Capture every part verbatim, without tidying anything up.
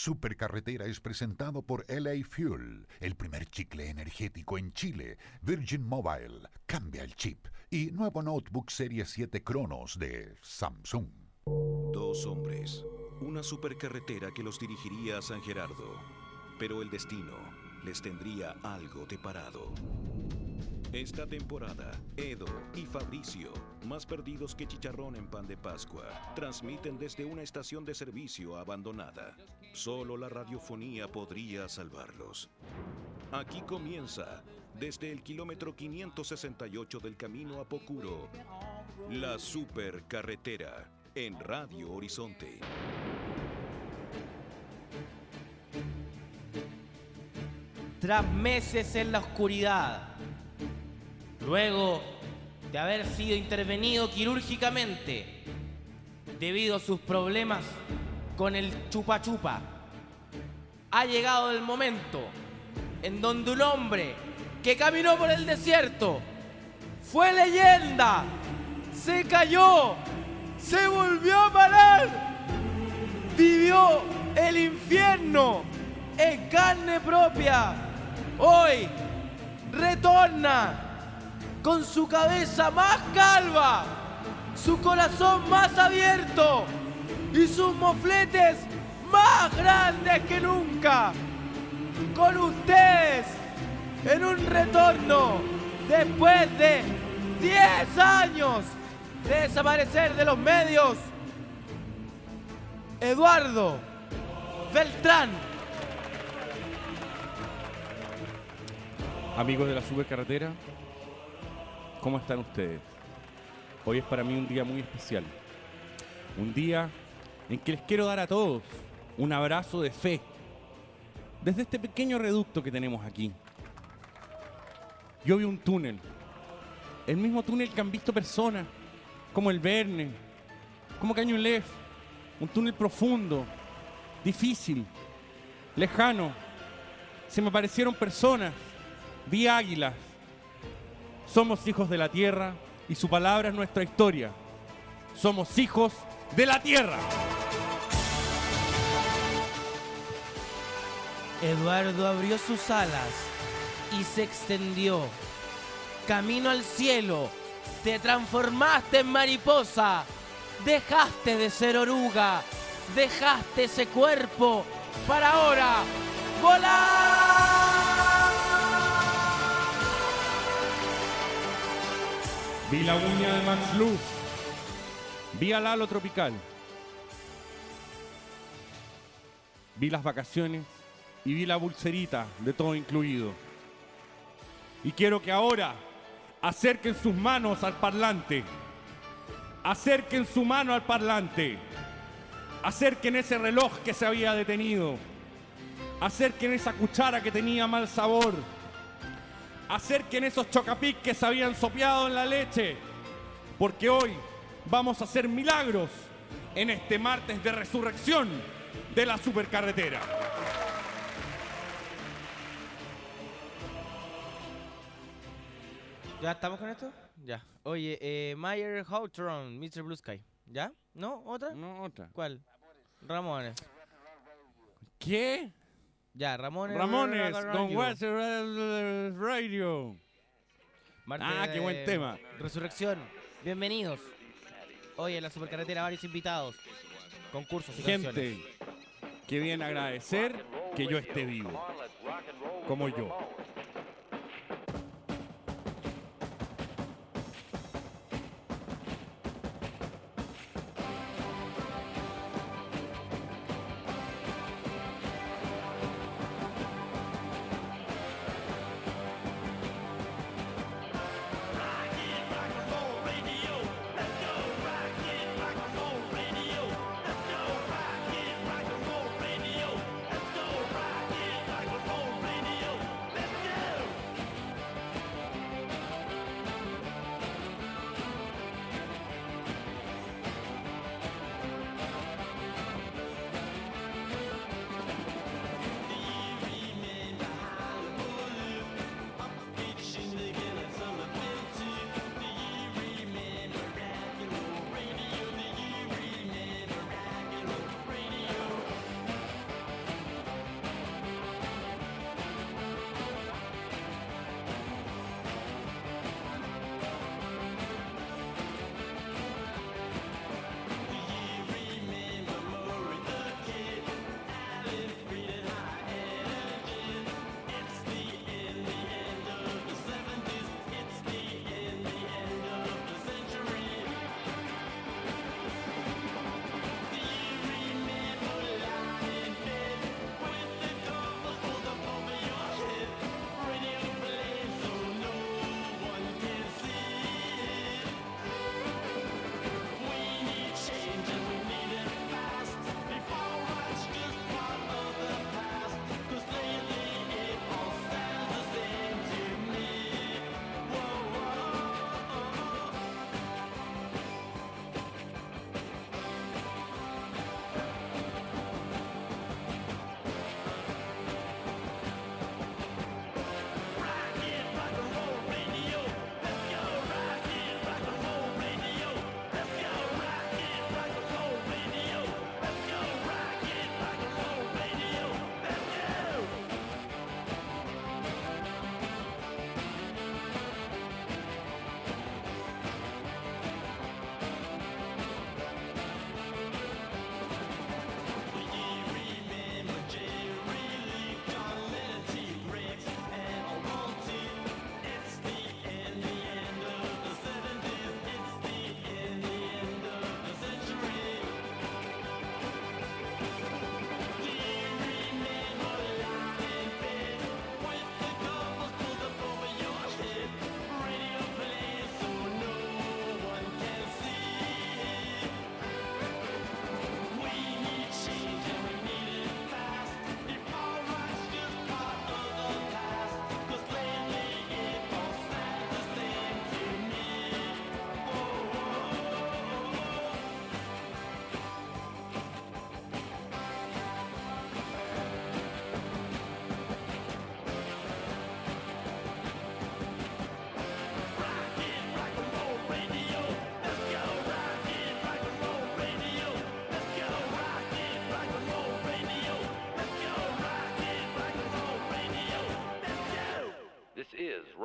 Supercarretera es presentado por L A Fuel, el primer chicle energético en Chile, Virgin Mobile, cambia el chip, y nuevo notebook Serie siete Cronos de Samsung. Dos hombres, una supercarretera que los dirigiría a San Gerardo, pero el destino les tendría algo deparado. Esta temporada, Edo y Fabricio, más perdidos que chicharrón en pan de Pascua, transmiten desde una estación de servicio abandonada. Solo la radiofonía podría salvarlos. Aquí comienza, desde el kilómetro quinientos sesenta y ocho del camino a Pocuro, la Supercarretera en Radio Horizonte. Tras meses en la oscuridad, luego de haber sido intervenido quirúrgicamente debido a sus problemas con el chupa chupa, ha llegado el momento en donde un hombre que caminó por el desierto, fue leyenda, se cayó, se volvió a parar, vivió el infierno en carne propia, hoy retorna con su cabeza más calva, su corazón más abierto y sus mofletes más grandes que nunca. Con ustedes, en un retorno después de diez años de desaparecer de los medios, Eduardo Beltrán. Amigos de la Supercarretera, ¿cómo están ustedes? Hoy es para mí un día muy especial. Un día en que les quiero dar a todos un abrazo de fe. Desde este pequeño reducto que tenemos aquí. Yo vi un túnel. El mismo túnel que han visto personas, como el Verne, como Cañulef. Un túnel profundo, difícil, lejano. Se me aparecieron personas. Vi águilas. Somos hijos de la tierra y su palabra es nuestra historia. Somos hijos de la tierra. Eduardo abrió sus alas y se extendió. Camino al cielo, te transformaste en mariposa. Dejaste de ser oruga, dejaste ese cuerpo para ahora volar. Vi la uña de Max Luz. Vi al halo tropical. Vi las vacaciones y vi la pulserita de todo incluido. Y quiero que ahora acerquen sus manos al parlante. Acerquen su mano al parlante. Acerquen ese reloj que se había detenido. Acerquen esa cuchara que tenía mal sabor. Acerquen esos chocapic que se habían sopeado en la leche. Porque hoy vamos a hacer milagros en este martes de resurrección de la Supercarretera. ¿Ya estamos con esto? Ya. Oye, eh, Mayer Hawthorne, mister Blue Sky. ¿Ya? ¿No? ¿Otra? No, otra. ¿Cuál? Ramones. ¿Qué? Ya, Ramones. Ramones Rock and con Roll West Radio. Marte Ah, qué buen de tema. Resurrección. Bienvenidos. Hoy en la Supercarretera varios invitados. Concursos y Gente canciones. que viene a agradecer que yo esté vivo. Como yo.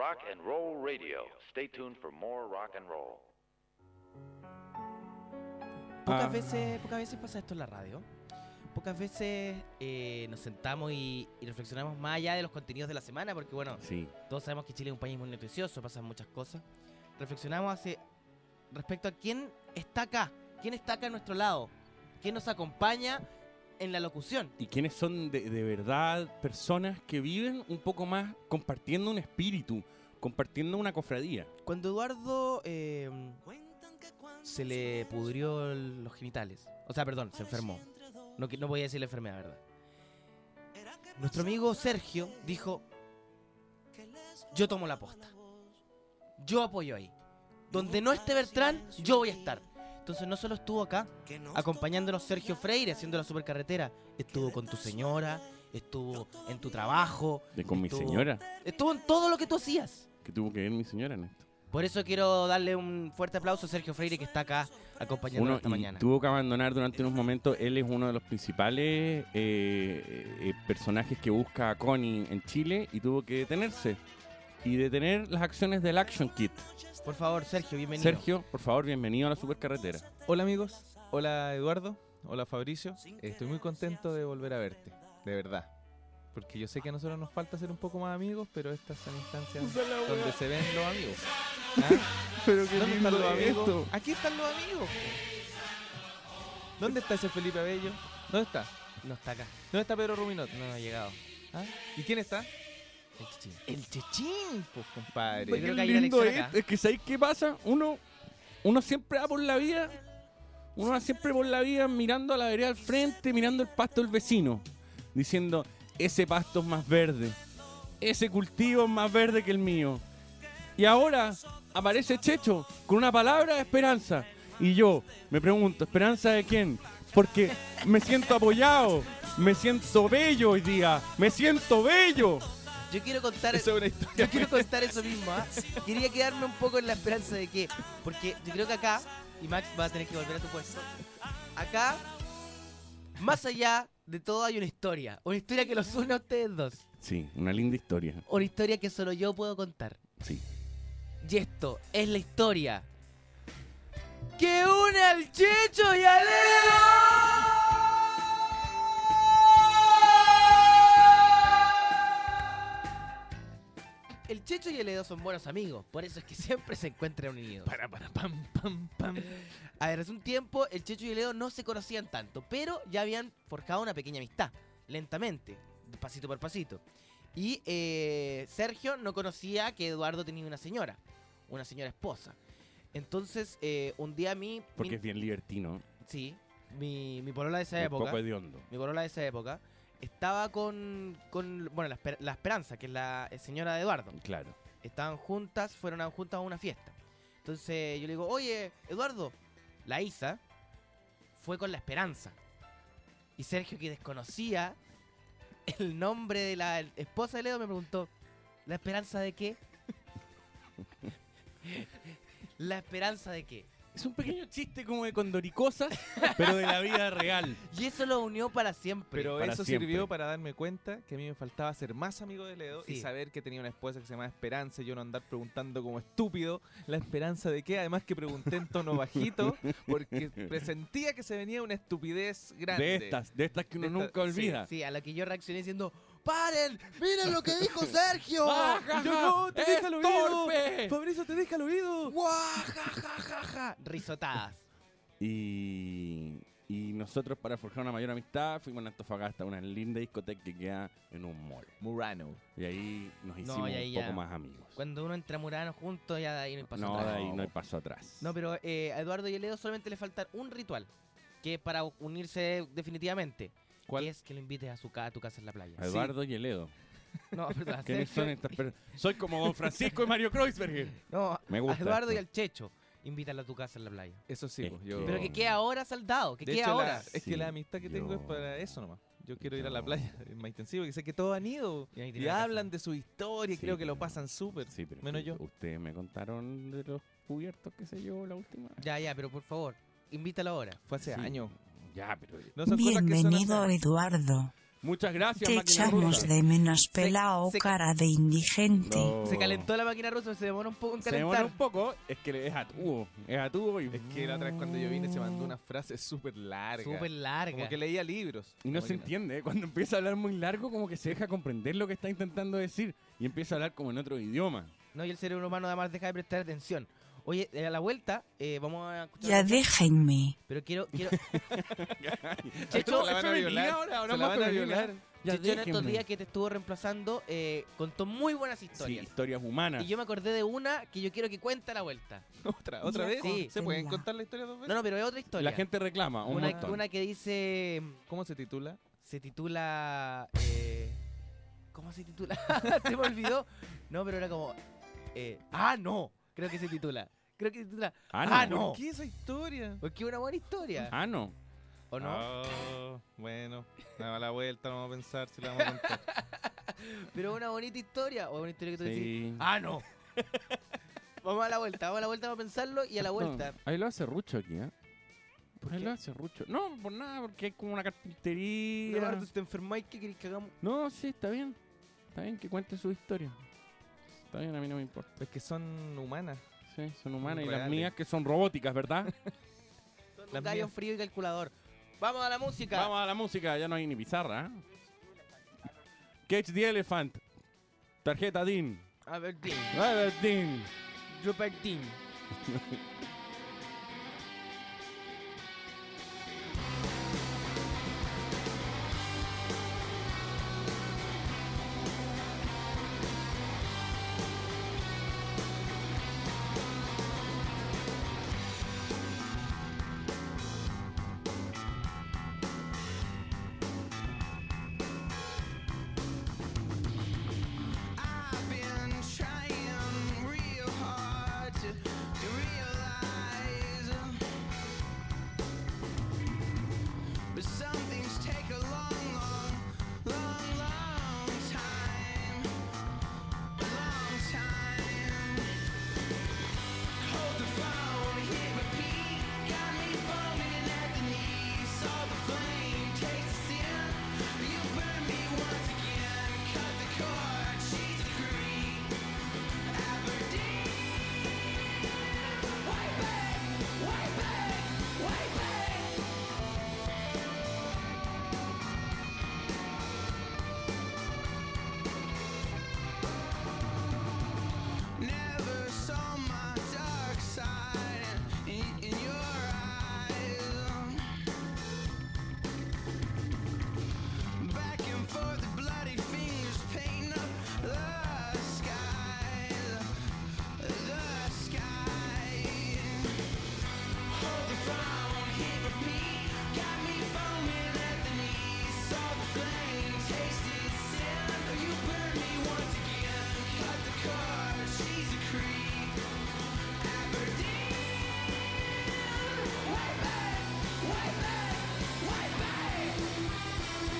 Rock and Roll Radio. Stay tuned for more rock and roll. Pocas Ah. veces, pocas veces pasa esto en la radio. Pocas veces eh, nos sentamos y, y reflexionamos más allá de los contenidos de la semana, porque bueno, Sí. todos sabemos que Chile es un país muy noticioso, pasan muchas cosas. Reflexionamos hace, respecto a quién está acá, quién está acá a nuestro lado, quién nos acompaña en la locución. ¿Y quiénes son de, de verdad personas que viven un poco más compartiendo un espíritu, compartiendo una cofradía? Cuando Eduardo eh, se le pudrió el- los genitales, o sea, perdón, se enfermó. No, que- no voy a decir la enfermedad, ¿verdad? Nuestro amigo Sergio dijo, yo tomo la posta. Yo apoyo ahí. Donde no esté Bertrán, yo voy a estar. Entonces no solo estuvo acá, acompañándonos Sergio Freire, haciendo la supercarretera. Estuvo con tu señora, estuvo en tu trabajo. De con mi estuvo- señora. Estuvo en todo lo que tú hacías. ¿Qué tuvo que ver mi señora en esto? Por eso quiero darle un fuerte aplauso a Sergio Freire, que está acá acompañándonos Uno, esta y mañana. tuvo que abandonar durante unos momentos. Él es uno de los principales eh, eh, personajes que busca a Connie en Chile y tuvo que detenerse y detener las acciones del Action Kit. Por favor, Sergio, bienvenido. Sergio, por favor, bienvenido a la supercarretera. Hola amigos, hola Eduardo, hola Fabricio. Estoy muy contento de volver a verte, de verdad. Porque yo sé que a nosotros nos falta ser un poco más amigos, pero estas son instancias donde se ven los amigos. ¿Ah? Pero qué ¿Dónde están lindo los amigos? esto. Aquí están los amigos. ¿Dónde está ese Felipe Abello? ¿Dónde está? No está acá, ¿Dónde está Pedro Ruminot? no ha llegado. ¿Ah? ¿Y quién está? El chichín. El Chechín, pues compadre. Yo Qué creo que hay una lindo lección es. acá. Es que ¿sabes qué pasa? Uno, uno siempre va por la vida, uno va siempre por la vida mirando a la vereda al frente, mirando el pasto del vecino, diciendo, ese pasto es más verde, ese cultivo es más verde que el mío. Y ahora aparece Checho con una palabra de esperanza. Y yo me pregunto, ¿esperanza de quién? Porque me siento apoyado, me siento bello hoy día, me siento bello. Yo quiero contar Esa es una historia. Yo quiero contar eso mismo, ¿ah? Quería quedarme un poco en la esperanza de que, porque yo creo que acá, y Max va a tener que volver a tu puesto, acá, más allá de todo hay una historia, una historia que los une a ustedes dos, Sí, una linda historia. una historia que solo yo puedo contar. Sí. Y esto es la historia que une al Checho y a El Checho y el Edo son buenos amigos, por eso es que siempre se encuentran unidos. Para, para, pam, pam, pam. A ver, hace un tiempo el Checho y el Edo no se conocían tanto, pero ya habían forjado una pequeña amistad, lentamente, pasito por pasito. Y eh, Sergio no conocía que Eduardo tenía una señora, una señora esposa. Entonces, eh, un día a mí... Porque mi- es bien libertino. Sí, mi, mi polola de esa Un época... poco hediondo. Mi polola de esa época estaba con, con bueno, la, Esper- la Esperanza, que es la eh, señora de Eduardo. Claro. Estaban juntas, fueron a, juntas a una fiesta. Entonces yo le digo, oye, Eduardo, la Isa fue con la Esperanza. Y Sergio, que desconocía el nombre de la esposa de Leo, me preguntó, ¿la Esperanza de qué? ¿La Esperanza de qué? Es un pequeño chiste como de Condoricosas, pero de la vida real. Y eso lo unió para siempre. Pero Para eso siempre. sirvió para darme cuenta que a mí me faltaba ser más amigo de Ledo Sí. y saber que tenía una esposa que se llamaba Esperanza y yo no andar preguntando como estúpido la esperanza de qué. Además que pregunté en tono bajito porque presentía que se venía una estupidez grande. De estas, de estas que uno De esta- nunca olvida. Sí, a lo que yo reaccioné diciendo, ¡paren! ¡Miren lo que dijo Sergio! ¡Ah, ja, Yo ja! no, te ¡Es deja el oído. torpe! Fabricio, te deja el oído. ¡Guau! ¡Ja, ja, ja, ja! Risotadas. Y, y nosotros, para forjar una mayor amistad, fuimos a Antofagasta, una linda discoteca que queda en un mall. Murano. Y ahí nos No, hicimos y ahí un ya. poco más amigos. Cuando uno entra a Murano juntos, ya de ahí no hay paso No, atrás. de ahí no hay paso atrás. No, pero eh, a Eduardo y a Leo solamente le falta un ritual, que es para unirse definitivamente. ¿Cuál? Que es que lo invites a, su ca a tu casa en la playa. A Eduardo y Eledo. No, perdón, a ¿Quiénes Sergio- son estas personas? Soy como Don Francisco y Mario Kreuzberger. No, Me a gusta Eduardo esto. y al Checho, invítalo a tu casa en la playa. Eso sí, Es pues yo. que- Pero que quede ahora saldado, que De quede hecho, ahora. la- es Sí, que la amistad que tengo yo- es para eso nomás. Yo quiero ir a yo- la playa, es más intensivo, que sé que todos han ido Y ahí y, tiene la casa. hablan de su historia y Sí, creo que lo pero- pasan súper. Sí, pero Menos que yo. Ustedes me contaron de los cubiertos que se llevó la última vez. Ya, ya, pero por favor, invítalo ahora. Fue hace Sí. años. Ya, pero... No son cosas que son Bienvenido hace- Eduardo. Muchas gracias, Te máquina echamos rusa. de menos Se- pelao, se- cara de indigente. No. Se calentó la máquina rusa, se demora un poco en Se calentar. demora un poco, es que es a tubo, es a tubo y, Es que la otra vez cuando yo vine se mandó una frase súper larga. Súper larga. Como que leía libros. y no Como se que entiende, ¿eh? Cuando empieza a hablar muy largo como que se deja comprender lo que está intentando decir y empieza a hablar como en otro idioma. No, y el cerebro humano además deja de prestar atención. Oye, eh, a la vuelta eh, vamos a escuchar Ya una canción, déjenme. pero quiero... quiero Checho, Checho, se la van a violar. ahora, ahora se la más van a femenina. violar. Ya Checho en estos déjenme. días que te estuvo reemplazando eh, contó muy buenas Sí, historias. historias humanas. Y yo me acordé de una que yo quiero que cuente a la vuelta. ¿Otra, otra Ya vez? Sí. ¿Se pueden Córtela. contar la historia dos veces? No, no, pero es otra historia. La gente reclama un una, montón. una que dice... ¿Cómo se titula? Se titula... eh, ¿Cómo se titula? Se me olvidó. No, pero era como... eh, ah, no. Creo que se titula. Creo que se titula... Ah, no. Ah, no. ¿Por qué esa historia? Porque es una buena historia. Ah, no. ¿O no? Oh, bueno, a la vuelta no vamos a pensar si la vamos a contar. Pero una bonita historia. O una historia que tú decís... Sí. Ah, no. Vamos a la vuelta. Vamos a la vuelta para pensarlo y a la vuelta. No, ahí lo hace Rucho aquí, ¿eh? ¿Por Ahí qué? lo hace Rucho. No, por nada, porque hay como una Leonardo, carpintería. si te enfermáis, ¿qué queréis que hagamos? No, sí, está bien. Está bien que cuente su historia. Está bien, a mí no me importa. Es que son humanas. Sí, son humanas y las Reales. mías que son robóticas, ¿verdad? Son Las un gallo mías. frío y calculador. Vamos a la música. Vamos a la música, ya no hay ni pizarra. ¿eh? Catch the Elephant. Tarjeta D I N. Aberdeen. Aberdeen. Aberdeen. I've been trying real hard to, to realize, but some things take a long, long, long, long time, a long time. Hold the phone, hit repeat, got me foaming at the knees. Saw the flame, taste the sin. You burn me once again, cut the cord, she's a creep. Aberdeen, way back, way back, way back. Never saw my dark side in, in your eyes. Back and forth, the bloody fingers painting up the sky, the sky. Hold the phone, hit repeat, got me foaming at the knees. Saw the flame, tasted sin. You burned me once again, cut the cord, she's a creep. Aberdeen, way back, way back, way back.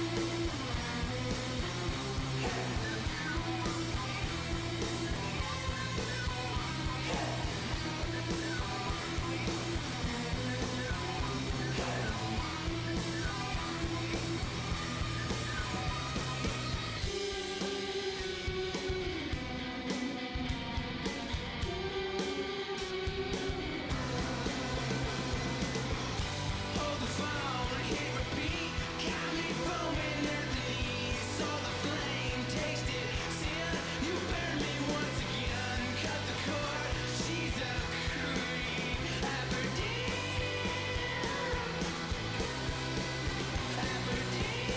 Hold the phone, hit repeat, got me foaming at the knees. Saw the flame, tasted sin. You burned me once again, cut the cord. She's a creep. Aberdeen, Aberdeen.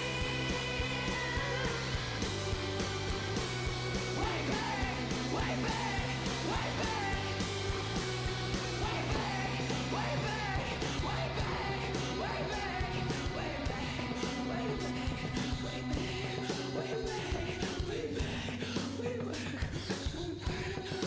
Way back, way back, way back. Way back, way back, way back, way back, way back, way back, way back, way back, way back, way back.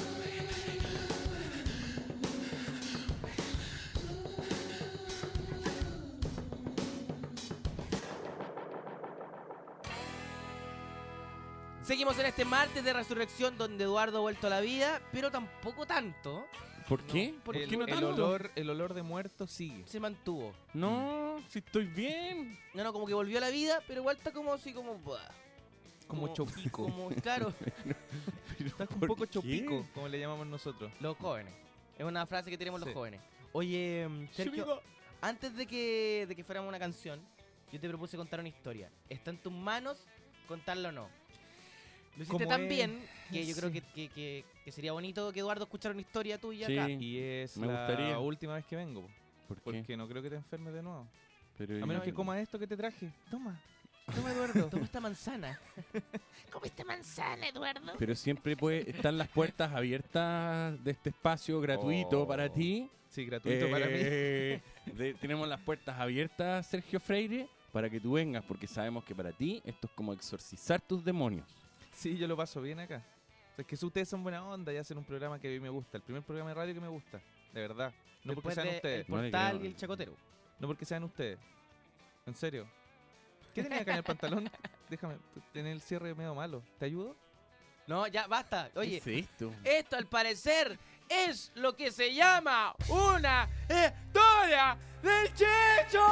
Seguimos en este martes de resurrección donde Eduardo ha vuelto a la vida, pero tampoco tanto. ¿Por qué? ¿Por el, qué no el tanto? olor, el olor de muerto sigue. Se mantuvo. No, no, si estoy bien. No, no, como que volvió a la vida, pero igual está como así como... buah. Como chopico. Como, claro, Estás un ¿por poco qué? chopico, como le llamamos nosotros. los jóvenes. Es una frase que tenemos Sí. los jóvenes. Oye, mm, Sergio, antes de que, de que fuéramos una canción, yo te propuse contar una historia. Está en tus manos contarla o no. Lo hiciste Como tan es- bien que yo creo sí. que, que, que- que sería bonito que Eduardo escuchara una historia tuya Sí. acá. Y es Me la gustaría. última vez que vengo, po, ¿Por qué? porque no creo que te enfermes de nuevo. Pero A yo- menos que comas esto que te traje. Toma. Toma, Eduardo. Toma esta manzana. ¿Comiste manzana, Eduardo? Pero siempre puede, están las puertas abiertas de este espacio gratuito Oh. para ti. Sí, gratuito para mí. Eh, de- tenemos las puertas abiertas, Sergio Freire, para que tú vengas, porque sabemos que para ti esto es como exorcizar tus demonios. Sí, yo lo paso bien acá. O sea, es que ustedes son buena onda y hacen un programa que a mí me gusta. El primer programa de radio que me gusta. De verdad. No porque Después sean de ustedes. El No le Portal creo. y el Chacotero. No porque sean ustedes. En serio. ¿Qué tenía acá en el pantalón? Déjame. Tiene el cierre medio malo. ¿Te ayudo? No, ya, basta. Oye, ¿Qué es esto? esto al parecer es lo que se llama una historia del Checho.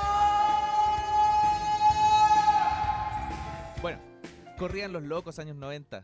Bueno, corrían los locos años noventa.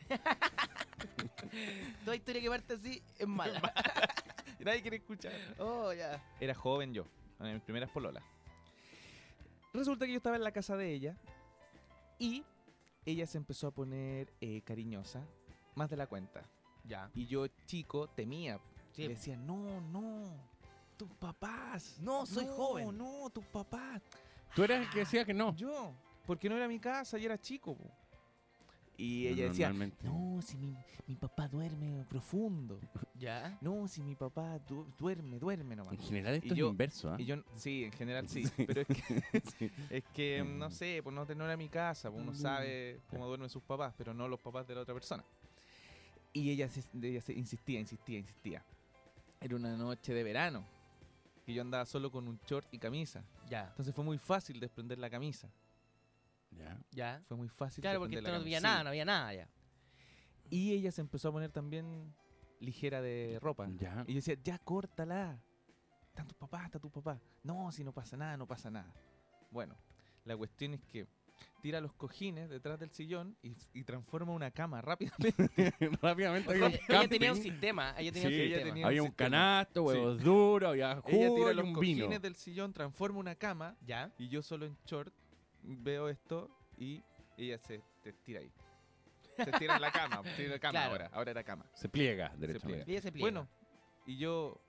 Toda historia que parte así es mala. Y nadie quiere escuchar. Oh, ya. Era joven yo, en mis primeras pololas. Resulta que yo estaba en la casa de ella y ella se empezó a poner eh, cariñosa, más de la cuenta. Ya. Y yo, chico, temía. Sí. Le decía, no, no, tus papás. No, soy no, joven. No, tus papás. Tú eras el que decía que no. Yo, porque no era mi casa y era chico. Po. Y No, ella decía, normalmente. no, si mi, mi papá duerme profundo. Ya. No, si mi papá du- duerme, duerme nomás. En general esto Y es yo- inverso, ¿ah? Y yo, sí, en general sí, Sí. pero es que, Sí. es que no sé, pues no, no era mi casa, pues uno sabe cómo duermen sus papás, pero no los papás de la otra persona. Y ella, se, ella se insistía, insistía, insistía. Era una noche de verano y yo andaba solo con un short y camisa. Ya. Entonces fue muy fácil desprender la camisa. Ya. Ya. Fue muy fácil Claro, porque desprender esto no la había camisa. nada, no había nada ya. Y ella se empezó a poner también ligera de ropa. Ya. Y yo decía, ya córtala. Está tu papá, está tu papá. No, si no pasa nada, no pasa nada. Bueno, la cuestión es que tira los cojines detrás del sillón y, y transforma una cama rápidamente. Rápidamente O había sea, un ella tenía un camping. sistema. Ella tenía Sí, un ella sistema. tenía- Había un un sistema. canasto, Sí. huevos duros, había Ella jugo tira y los un cojines vino. del sillón, transforma una cama Ya. y yo solo en short veo esto y ella se te tira ahí. Se tira en la cama, tira en la cama Claro. ahora, ahora era cama. Se pliega, Se derechamente. pliega. Y ella se pliega. Bueno, y yo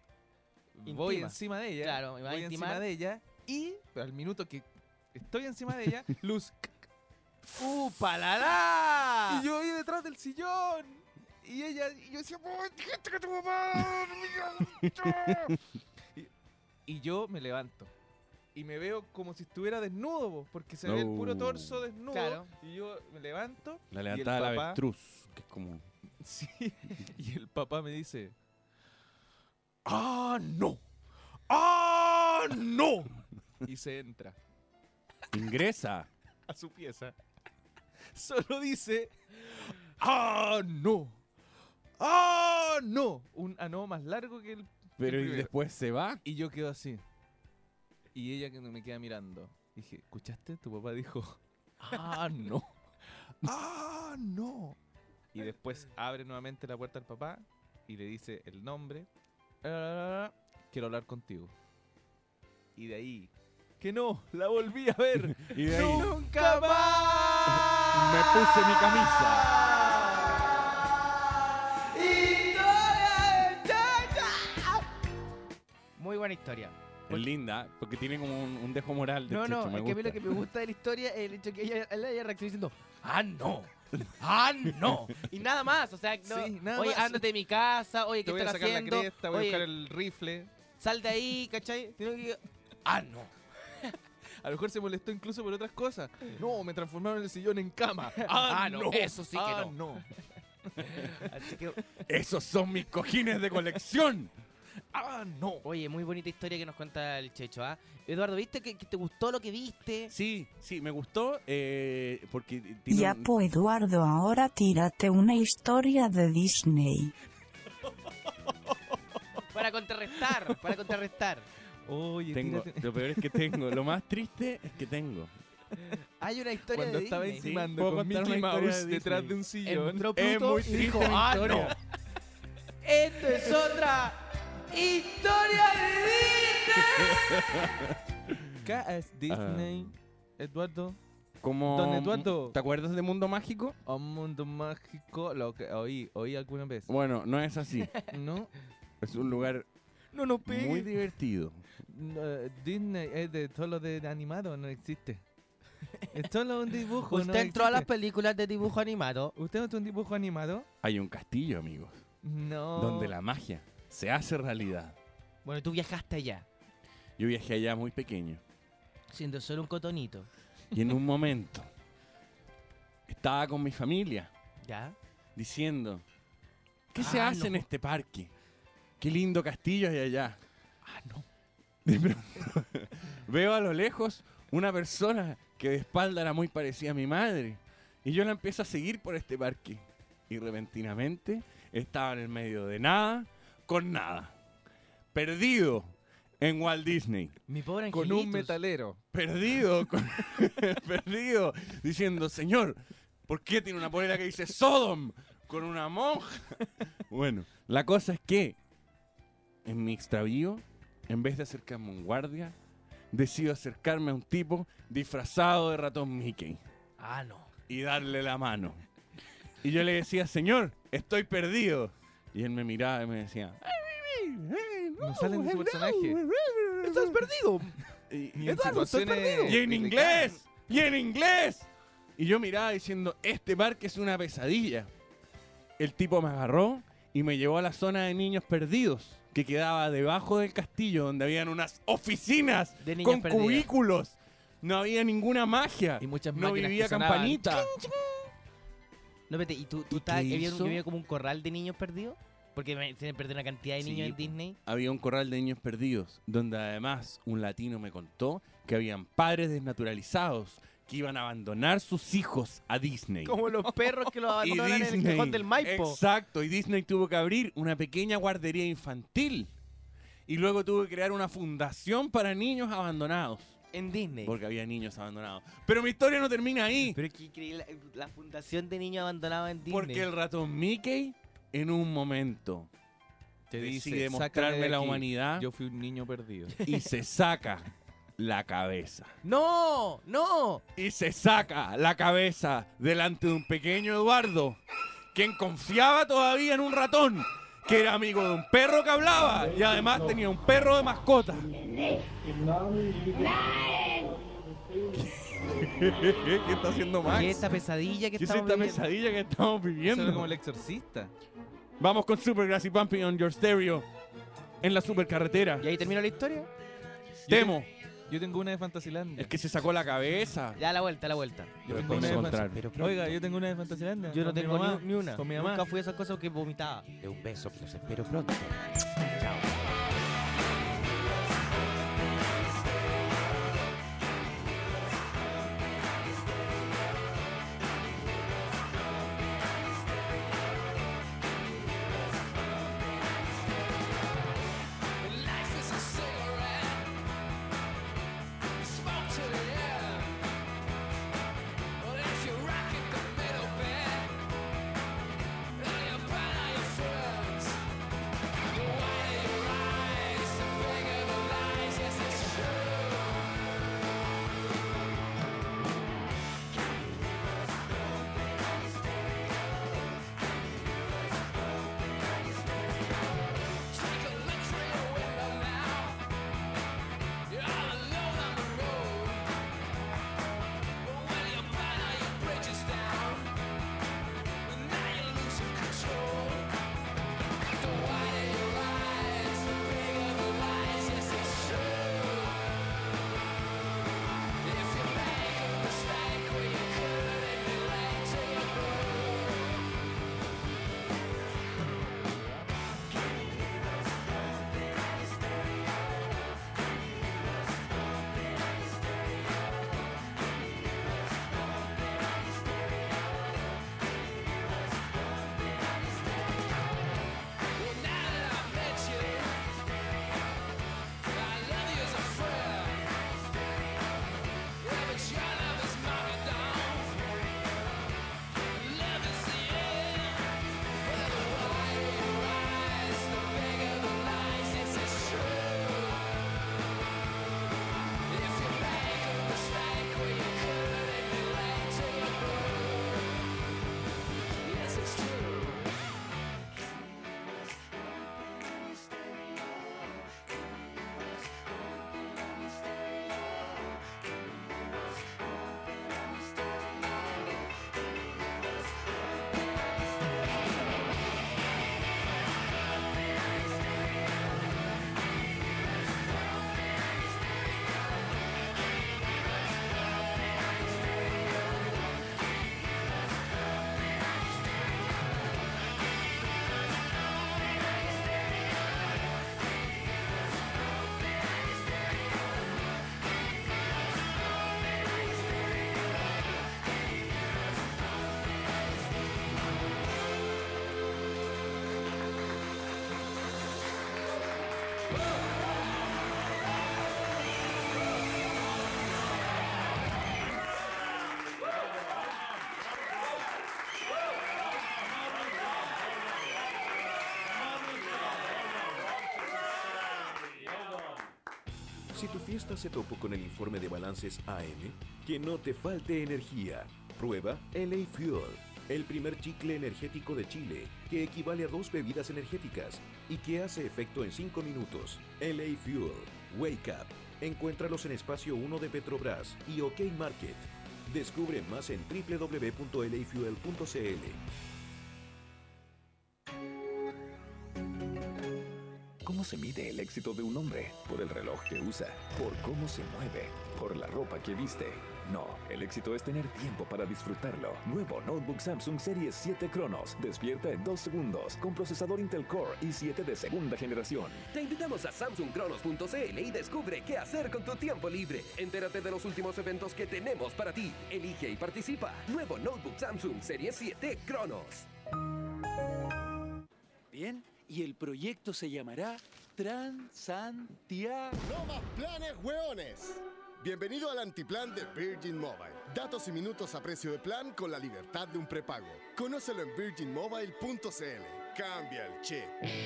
voy Intima. encima de ella, Claro, me va a voy intimar. encima de ella y al minuto que estoy encima de ella, luz. ¡Uh, palala! Y yo ahí detrás del sillón. Y ella, y yo decía, "¡Oh, dijiste que tu papá dormía!" y, y yo me levanto. Y me veo como si estuviera desnudo, po, porque se ve el puro No. torso desnudo. Claro. Y yo me levanto. La y el levantada de la papá- avestruz, que es como... Sí. Y el papá me dice, ¡ah, no! ¡Ah, no! Y se entra Ingresa. a su pieza. Solo dice, ¡ah, no! ¡Ah, no! Un ah, no más largo que el... Pero el y primero. después se va. Y yo quedo así. Y ella que me queda mirando. Dije, ¿escuchaste? Tu papá dijo, ¡ah, no! ¡Ah, no! Y después abre nuevamente la puerta al papá y le dice el nombre. "Ah, quiero hablar contigo." Y de ahí, que no, la volví a ver. Y de ahí ¡Nunca más! me puse mi camisa. Muy buena historia. Es linda, porque tiene como un, un dejo moral de No, Checho, no, me es que a mí lo gusta. que me gusta de la historia es el hecho que ella, ella haya reaccionado diciendo, ¡ah, no! ¡ah, no! Y nada más, o sea, no, Sí, nada oye, más. ándate de mi casa, oye, Te ¿qué voy a estás sacar haciendo? la cresta, voy Oye, a buscar el rifle. sal de ahí, ¿cachai? Sino que, ¡ah, no! A lo mejor se molestó incluso por otras cosas. No, me transformaron el sillón en cama. Ah, no, eso sí que Ah, no. Así que, ¡Esos son mis cojines de colección! Ah, no. oye, muy bonita historia que nos cuenta el Checho, ¿ah? Eduardo, ¿viste que, que te gustó lo que viste? Sí, sí, me gustó eh, porque tiene Ya un- po Eduardo, ahora tírate una historia de Disney. Para contrarrestar, para contrarrestar. Oye, Tengo, tírate- lo peor es que tengo. Lo más triste es que tengo. Hay una historia Cuando de estaba Disney. encimando ¿puedo con contar Mickey una historia Mouse de detrás Disney? de un sillón. Entró Es Pluto muy y triste dijo, mi ah, historia. no. Esto es otra historia de Disney. ¿Qué es Disney? Eduardo, Como, Don Eduardo. ¿Te acuerdas de Mundo Mágico? un mundo mágico, lo que oí, oí alguna vez. Bueno, no es así. No, Es un lugar No nos pegues. muy divertido. no, Disney es de solo de animado, no existe. Es solo un dibujo. ¿Usted no entró a las existe. películas de dibujo animado? ¿Usted no es un dibujo animado? Hay un castillo, amigos, No. donde la magia se hace realidad. Bueno, tú viajaste allá, Yo viajé allá muy pequeño siendo solo un cotonito. y en un momento estaba con mi familia ¿Ya? diciendo, ¿qué se Ah, hace en no. este parque? Qué lindo castillo hay allá. Ah, no. De pronto, veo a lo lejos una persona que de espalda era muy parecida a mi madre. Y yo la empiezo a seguir por este parque. Y repentinamente estaba en el medio de nada, con nada. Perdido en Walt Disney. Mi pobre Con angelitos. un metalero. Perdido, con- perdido. Diciendo, señor, ¿por qué tiene una polera que dice Sodom? Con una monja. Bueno, la cosa es que en mi extravío, en vez de acercarme a un guardia, decido acercarme a un tipo disfrazado de ratón Mickey Ah, no. y darle la mano. Y yo le decía, señor, estoy perdido. Y él me miraba y me decía, No salen de su personaje. ¡Estás perdido! y, Ni en Eduardo, estás situaciones perdido. y en delicadas. inglés, y en inglés. Y yo miraba diciendo, este parque es una pesadilla. El tipo me agarró y me llevó a la zona de niños perdidos, que quedaba debajo del castillo, donde habían unas oficinas De niños con perdidos. cubículos. No había ninguna magia. Y muchas No máquinas vivía que sonaban. campanita. No, vete, ¿y tú, tú ¿Y estabas, qué había, un- hizo? había como un corral de niños perdidos? Porque me se me perdió una cantidad de Sí, niños en po. Disney. Había un corral de niños perdidos, donde además un latino me contó que habían padres desnaturalizados que iban a abandonar sus hijos a Disney. Como los perros que los Y abandonan en el Disney, cajón del Maipo. exacto, y Disney tuvo que abrir una pequeña guardería infantil. Y luego tuvo que crear una fundación para niños abandonados. En Disney. Porque había niños abandonados. Pero mi historia no termina ahí. Pero es que increíble, la, la fundación de niños abandonados en Disney. Porque el ratón Mickey, en un momento, Te decide dice, mostrarme "Sácame de la aquí, humanidad Yo fui un niño perdido. y se saca la cabeza. ¡No! ¡No! Y se saca la cabeza delante de un pequeño Eduardo, quien confiaba todavía en un ratón, que era amigo de un perro que hablaba y además tenía un perro de mascota. ¿Qué está haciendo Max? ¿Qué es esta pesadilla que ¿Qué es estamos esta viviendo? pesadilla que estamos Eso viviendo? era como el exorcista. Vamos con Super Grassy Pumping on Your Stereo en la supercarretera. ¿Y ahí terminó la historia? Temo, Yo tengo una de Fantasylandia. es que se sacó la cabeza. Ya, la vuelta, la vuelta. Yo Lo tengo podemos una de encontrar. Fantas- Pero pronto. Oiga, yo tengo una de Fantasylandia. Yo no con mi tengo mamá, ni, ni una. Con mi mamá. Nunca fui a esas cosas que vomitaba. De un beso que los espero pronto. Chao. Life is a cigarette. Smoke to the end. Well, if you rock it the middle bit, then you burn all your friends. Why do you Si tu fiesta se topó con el informe de balances A M, que no te falte energía. Prueba L A Fuel, el primer chicle energético de Chile, que equivale a dos bebidas energéticas y que hace efecto en cinco minutos. L A Fuel, Wake Up. Encuéntralos en Espacio uno de Petrobras y OK Market. Descubre más en doble u doble u doble u punto l a fuel punto c l. ¿Cómo se mide el éxito de un hombre? Por el reloj que usa, por cómo se mueve, por la ropa que viste. No, el éxito es tener tiempo para disfrutarlo. Nuevo Notebook Samsung Series siete Cronos. Despierta en dos segundos con procesador Intel Core i siete de segunda generación. Te invitamos a samsung cronos punto c l y descubre qué hacer con tu tiempo libre. Entérate de los últimos eventos que tenemos para ti. Elige y participa. Nuevo Notebook Samsung Series siete Cronos. Bien, y el proyecto se llamará Transantiago. ¡No más planes, hueones! Bienvenido al antiplan de Virgin Mobile. Datos y minutos a precio de plan con la libertad de un prepago. Conócelo en virgin mobile punto c l. Cambia el chip.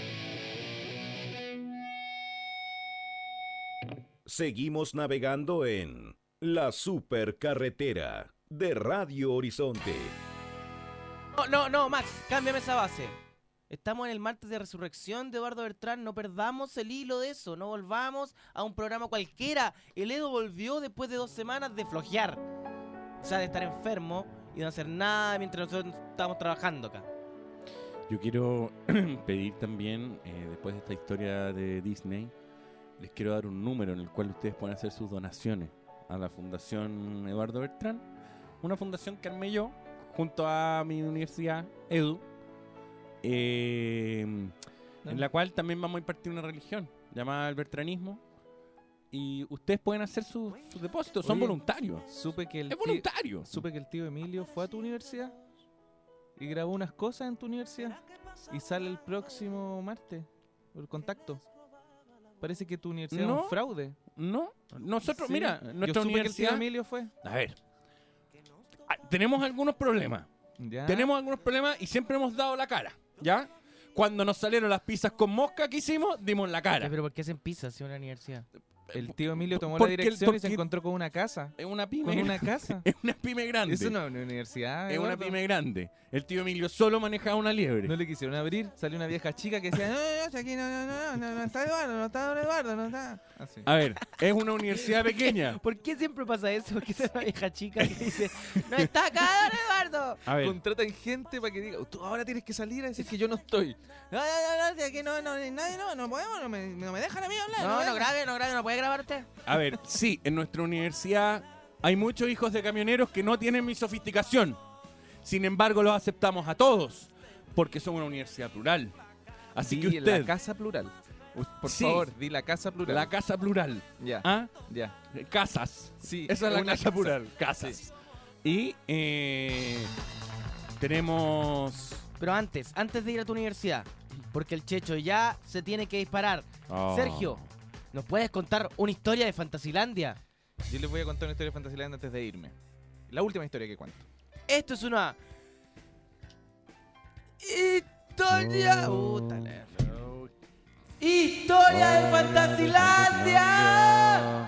Seguimos navegando en la supercarretera de Radio Horizonte. No, no, no, Max, cámbiame esa base. Estamos en el martes de resurrección de Eduardo Bertrán. No perdamos el hilo de eso. No volvamos a un programa cualquiera. El Edo volvió después de dos semanas de flojear. O sea, de estar enfermo y de no hacer nada mientras nosotros estamos trabajando acá. Yo quiero pedir también, eh, después de esta historia de Disney, les quiero dar un número en el cual ustedes pueden hacer sus donaciones a la Fundación Eduardo Bertrán. Una fundación que armé yo junto a mi universidad, Edu. Eh, No. en la cual también vamos a impartir una religión llamada el bertranismo y ustedes pueden hacer sus sus depósitos, son Oye, voluntarios. Supe que el Es tío- voluntario. Supe que el tío Emilio fue a tu universidad y grabó unas cosas en tu universidad y sale el próximo martes el contacto. Parece que tu universidad es No, un fraude. No, nosotros, Sí. mira, Yo nuestra supe que el tío universidad. Emilio fue. A ver, ah, tenemos algunos problemas. Ya. Tenemos algunos problemas y siempre hemos dado la cara, ¿ya? Cuando nos salieron las pizzas con mosca que hicimos, dimos la cara. ¿Pero por qué hacen pizzas si es una universidad? El tío Emilio tomó la Porque el- dirección y se porque- encontró con una casa. Es una pyme. Con una casa. Es una pyme grande. Eso no es una universidad. Es una Eduardo. pyme grande. El tío Emilio solo manejaba una liebre. No le quisieron abrir. Salió una vieja chica que decía: No, no, no, aquí no, no, no, no, no está Eduardo, no está don Eduardo, no está. Así. A ver, es una universidad pequeña. ¿Por qué siempre pasa eso? Porque es una vieja chica que dice, no está acá don Eduardo. A ver, Contratan gente para que diga: Tú ahora tienes que salir a decir que yo no estoy. No, no, no, no, de aquí no, no, nadie, no, no podemos, no me, no me dejan a mí hablar. No, me no dejan. grabe, no grabe, no puede grabar usted. a ver, sí, en nuestra universidad hay muchos hijos de camioneros que no tienen mi sofisticación. Sin embargo, los aceptamos a todos porque somos una universidad plural. Así Di que usted, la casa plural. Por Sí. favor, di la casa plural. la casa plural. Ya, ¿Ah? ya. Casas. Sí, Esa es la una casa casa. plural. Casas. Y eh, tenemos... Pero antes, antes de ir a tu universidad, porque el Checho ya se tiene que disparar. Oh. Sergio, ¿nos puedes contar una historia de Fantasilandia? Yo les voy a contar una historia de Fantasyland antes de irme. La última historia que cuento. Esto es una... Historia... Oh. Puta la- ¡Historia de Fantasilandia!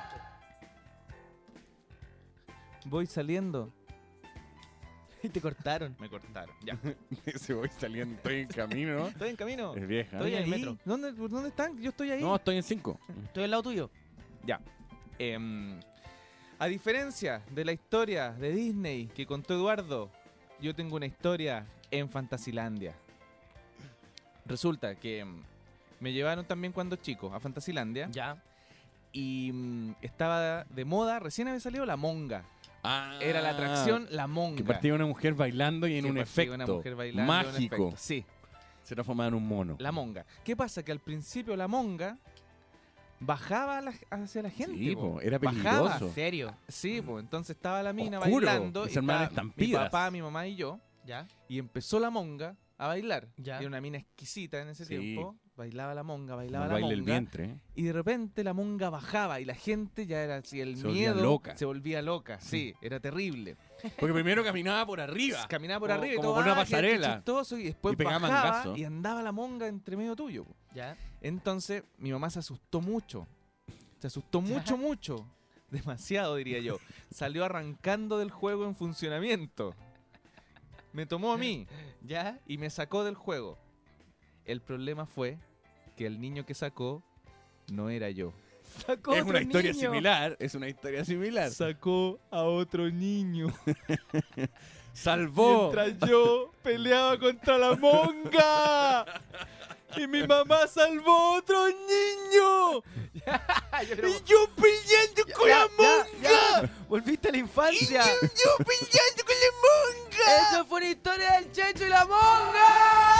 Voy saliendo. Y te cortaron. Me cortaron. Ya. Se voy saliendo, estoy en camino. Estoy en camino. Es vieja. Estoy en el ahí. metro. ¿Dónde, por ¿Dónde están? Yo estoy ahí. No, estoy en cinco. Estoy al lado tuyo. Ya. Em, a diferencia de la historia de Disney que contó Eduardo, yo tengo una historia en Fantasilandia. Resulta que em, me llevaron también cuando chico a Fantasilandia Ya. y mm, estaba de moda, recién había salido la monga. Ah, Era la atracción La Monga. Que partía una mujer bailando y en Que un partía efecto una mujer bailando en un mágico efecto. Sí, se transformaba en un mono. La Monga. ¿Qué pasa? Que al principio La Monga bajaba a la- hacia la gente. Sí, po. po, era Bajaba. peligroso. ¿En serio? Sí, pues entonces estaba la mina Oscuro, bailando. ese y hermano estaba mi estampidas. papá, mi mamá y yo. Ya. Y empezó La Monga a bailar. Ya. Era una mina exquisita en ese Sí. tiempo. Bailaba La Monga, Como bailaba el La baile del Monga. vientre. ¿eh? Y de repente La Monga bajaba y la gente ya era así, el Se volvía miedo loca. se volvía loca. Sí, era terrible. Porque primero caminaba por arriba. Caminaba por Como- arriba y como todo, por una ah, qué- qué pasarela. chistoso, y después Y pegaba bajaba mangazo. y andaba La Monga entre medio tuyo. Po. Ya. Entonces mi mamá se asustó mucho Se asustó mucho, mucho. Demasiado, diría yo. Salió arrancando del juego en funcionamiento. Me tomó a mí. ¿Ya? Y me sacó del juego. El problema fue que el niño que sacó no era yo. Sacó Es otro una historia niño. similar, es una historia similar. Sacó a otro niño. Salvó. Mientras yo peleaba contra la monga. Y mi mamá salvó a otro niño. Y yo peleando con la monga. Volviste a la infancia. Y yo, yo peleando con la monga. Eso fue una historia del Checho y la monga.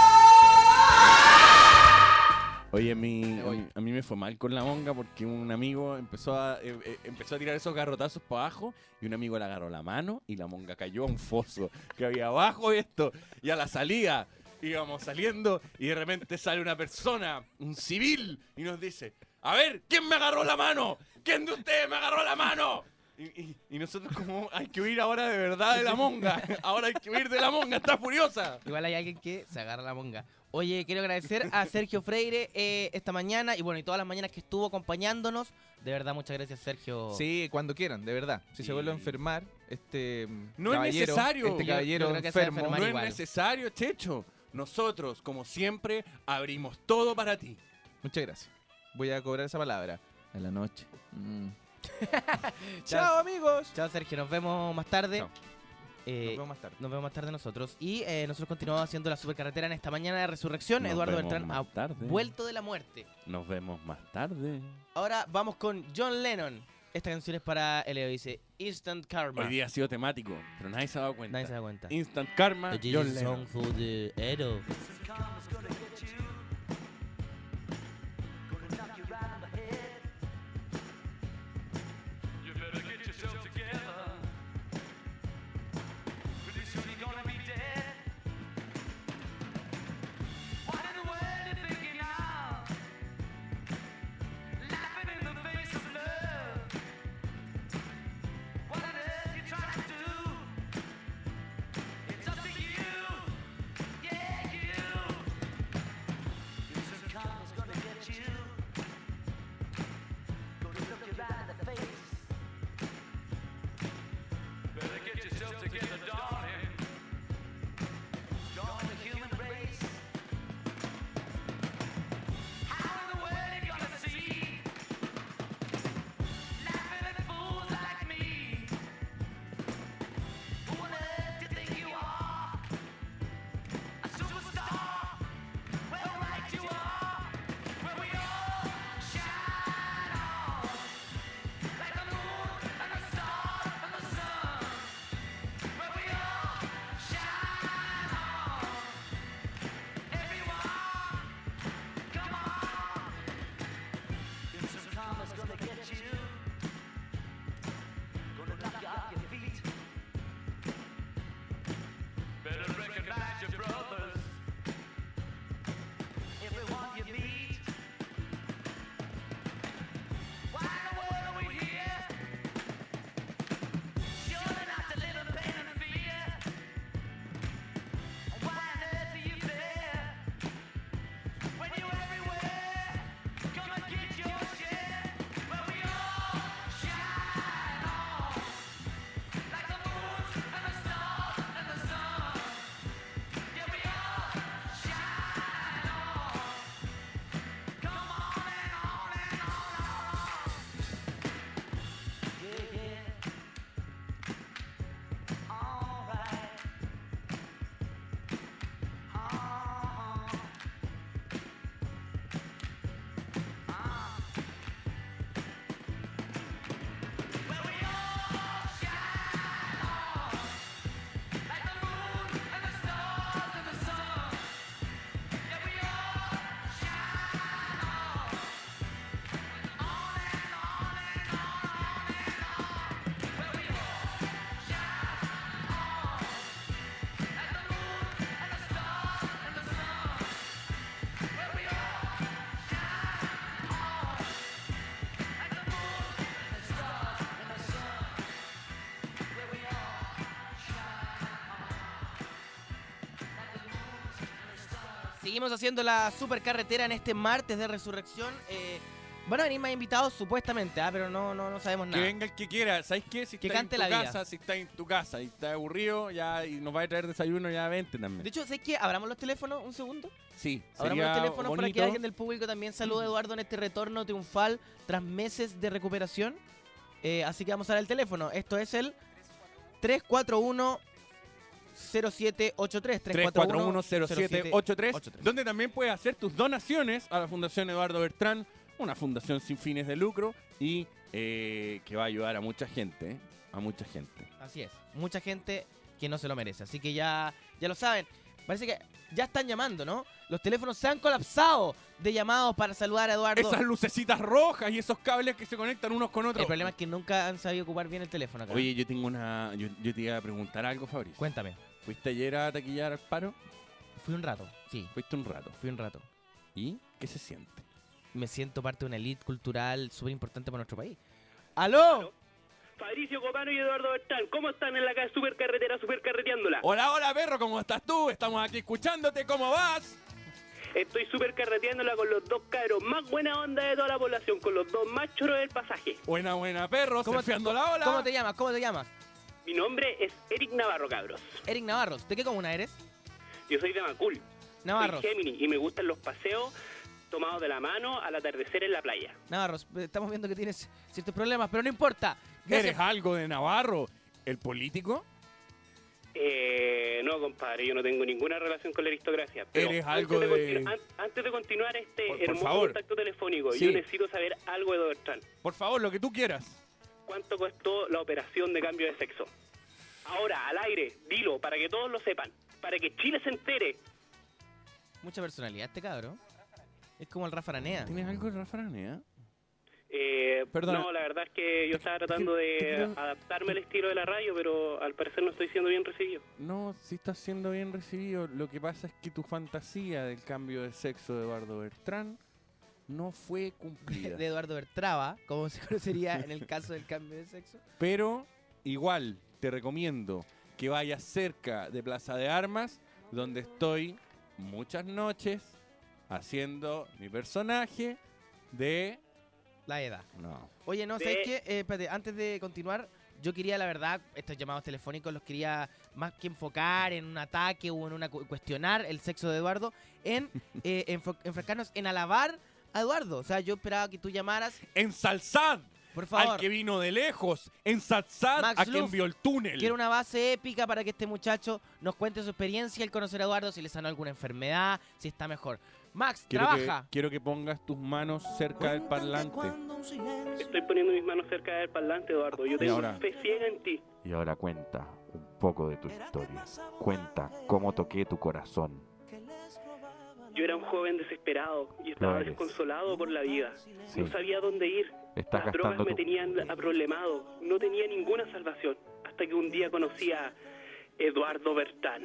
Oye, mi, a, mí, a mí me fue mal con la monga porque un amigo empezó a, eh, eh, empezó a tirar esos garrotazos para abajo y un amigo le agarró la mano y la monga cayó a un foso que había abajo de esto. Y a la salida íbamos saliendo y de repente sale una persona, un civil, y nos dice: a ver, ¿quién me agarró la mano? ¿Quién de ustedes me agarró la mano? Y, y, y nosotros como, hay que huir ahora de verdad de la monga. Ahora hay que huir de la monga, está furiosa. Igual hay alguien que se agarra la monga. Oye, quiero agradecer a Sergio Freire eh, esta mañana y bueno, y todas las mañanas que estuvo acompañándonos. De verdad, muchas gracias, Sergio. Sí, cuando quieran, de verdad. Si se vuelve a enfermar, este No es caballero, necesario. Este Yo- caballero yo creo que se va a enfermo. enfermar No igual. es necesario, Checho. Nosotros, como siempre, abrimos todo para ti. Muchas gracias. Voy a cobrar esa palabra. En la noche. Mm. Chao. Chao, amigos. Chao, Sergio. Nos vemos más tarde. Chao. Eh, Nos vemos más tarde. Nos vemos más tarde nosotros. Y eh, nosotros continuamos haciendo la supercarretera en esta mañana de resurrección. Nos Eduardo vemos Beltrán más ha tarde. vuelto de la muerte. Nos vemos más tarde. Ahora vamos con John Lennon. Esta canción es para Leo. Dice Instant Karma. Hoy día ha sido temático, pero nadie se ha dado cuenta. Nadie se da cuenta. Instant Karma, The John Jesus Lennon. song for the Edo. Seguimos haciendo la supercarretera en este martes de resurrección. Eh, Van a venir más invitados supuestamente, ¿ah? Pero no, no, no sabemos Que nada. venga el que quiera. ¿Sabes qué? Si Que está en cante tu la vida. casa, si está en tu casa y está aburrido ya y nos va a traer desayuno, ya vente también. De hecho, ¿sabes qué? Abramos los teléfonos un segundo. Sí, Abramos sería los teléfonos para que bonito. alguien del público también salude a Eduardo en este retorno triunfal tras meses de recuperación. Eh, así que vamos a dar el teléfono. Esto es el tres cuatro uno cero siete ocho tres. tres cuatro uno cero siete ocho tres, donde también puedes hacer tus donaciones a la Fundación Eduardo Bertrán, una fundación sin fines de lucro y eh, que va a ayudar a mucha gente, ¿eh? A mucha gente. Así es. Mucha gente que no se lo merece. Así que ya, ya lo saben. Parece que ya están llamando, ¿no? Los teléfonos se han colapsado de llamados para saludar a Eduardo. Esas lucecitas rojas y esos cables que se conectan unos con otros. El problema es que nunca han sabido ocupar bien el teléfono acá. Oye, yo tengo una... Yo, yo te iba a preguntar algo, Fabricio. Cuéntame. ¿Fuiste ayer a taquillar al paro? Fui un rato, sí. Fuiste un rato. Fui un rato. ¿Y qué se siente? Me siento parte de una elite cultural súper importante para nuestro país. ¡Aló! Fabricio Copano y Eduardo Bertrán, ¿cómo están en la calle Supercarretera, supercarreteándola? Hola, hola, perro, ¿cómo estás tú? Estamos aquí escuchándote, ¿cómo vas? Estoy supercarreteándola con los dos cabros más buena onda de toda la población, con los dos más choros del pasaje. Buena, buena, perro, surfeando la ola. ¿Cómo te llamas? ¿Cómo te llamas? Mi nombre es Eric Navarro, cabros. Eric Navarros. ¿De qué comuna eres? Yo soy de Macul. Navarros. Soy Gemini y me gustan los paseos tomados de la mano al atardecer en la playa. Navarros, estamos viendo que tienes ciertos problemas, pero no importa. Gracias. ¿Eres algo de Navarro? ¿El político? Eh, no, compadre, yo no tengo ninguna relación con la aristocracia. Pero ¿Eres algo antes de...? continu- an- antes de continuar este Por- por hermoso favor. contacto telefónico, Sí. yo necesito saber algo de Bertrán. Por favor, lo que tú quieras. ¿Cuánto costó la operación de cambio de sexo? Ahora, al aire, dilo, para que todos lo sepan, para que Chile se entere. Mucha personalidad este cabro. Es como el Rafa Aranea. ¿Tienes algo de Rafa Aranea? Eh, Perdona. no, la verdad es que yo estaba tratando de adaptarme al estilo de la radio, pero al parecer no estoy siendo bien recibido. No, sí estás siendo bien recibido. Lo que pasa es que tu fantasía del cambio de sexo de Eduardo Bertrán no fue cumplida. De Eduardo Bertraba, como se conocería en el caso del cambio de sexo. Pero igual te recomiendo que vayas cerca de Plaza de Armas, donde estoy muchas noches haciendo mi personaje de... La edad. No. Oye, no, De- ¿sabes qué? Eh, espérate, antes de continuar, yo quería, la verdad, estos llamados telefónicos los quería más que enfocar en un ataque o en una cu- cuestionar el sexo de Eduardo, en eh, enfo- enfrascarnos en alabar a Eduardo. O sea, yo esperaba que tú llamaras... ¡Ensalzad! Por favor. Al que vino de lejos. Ensalzad Max a quien Luff vio el túnel. Quiero una base épica para que este muchacho nos cuente su experiencia al conocer a Eduardo, si le sanó alguna enfermedad, si está mejor. Max, Quiero trabaja. que, quiero que pongas tus manos cerca del parlante. Estoy poniendo mis manos cerca del parlante, Eduardo. Yo Y tengo ahora- fe ciega en ti. Y ahora cuenta un poco de tu historia. Cuenta cómo toqué tu corazón. Yo era un joven desesperado y estaba Lo eres. desconsolado por la vida. Sí. No sabía dónde ir. Estás Las drogas gastando me tu... tenían aproblemado. No tenía ninguna salvación. Hasta que un día conocí a Eduardo Bertrán,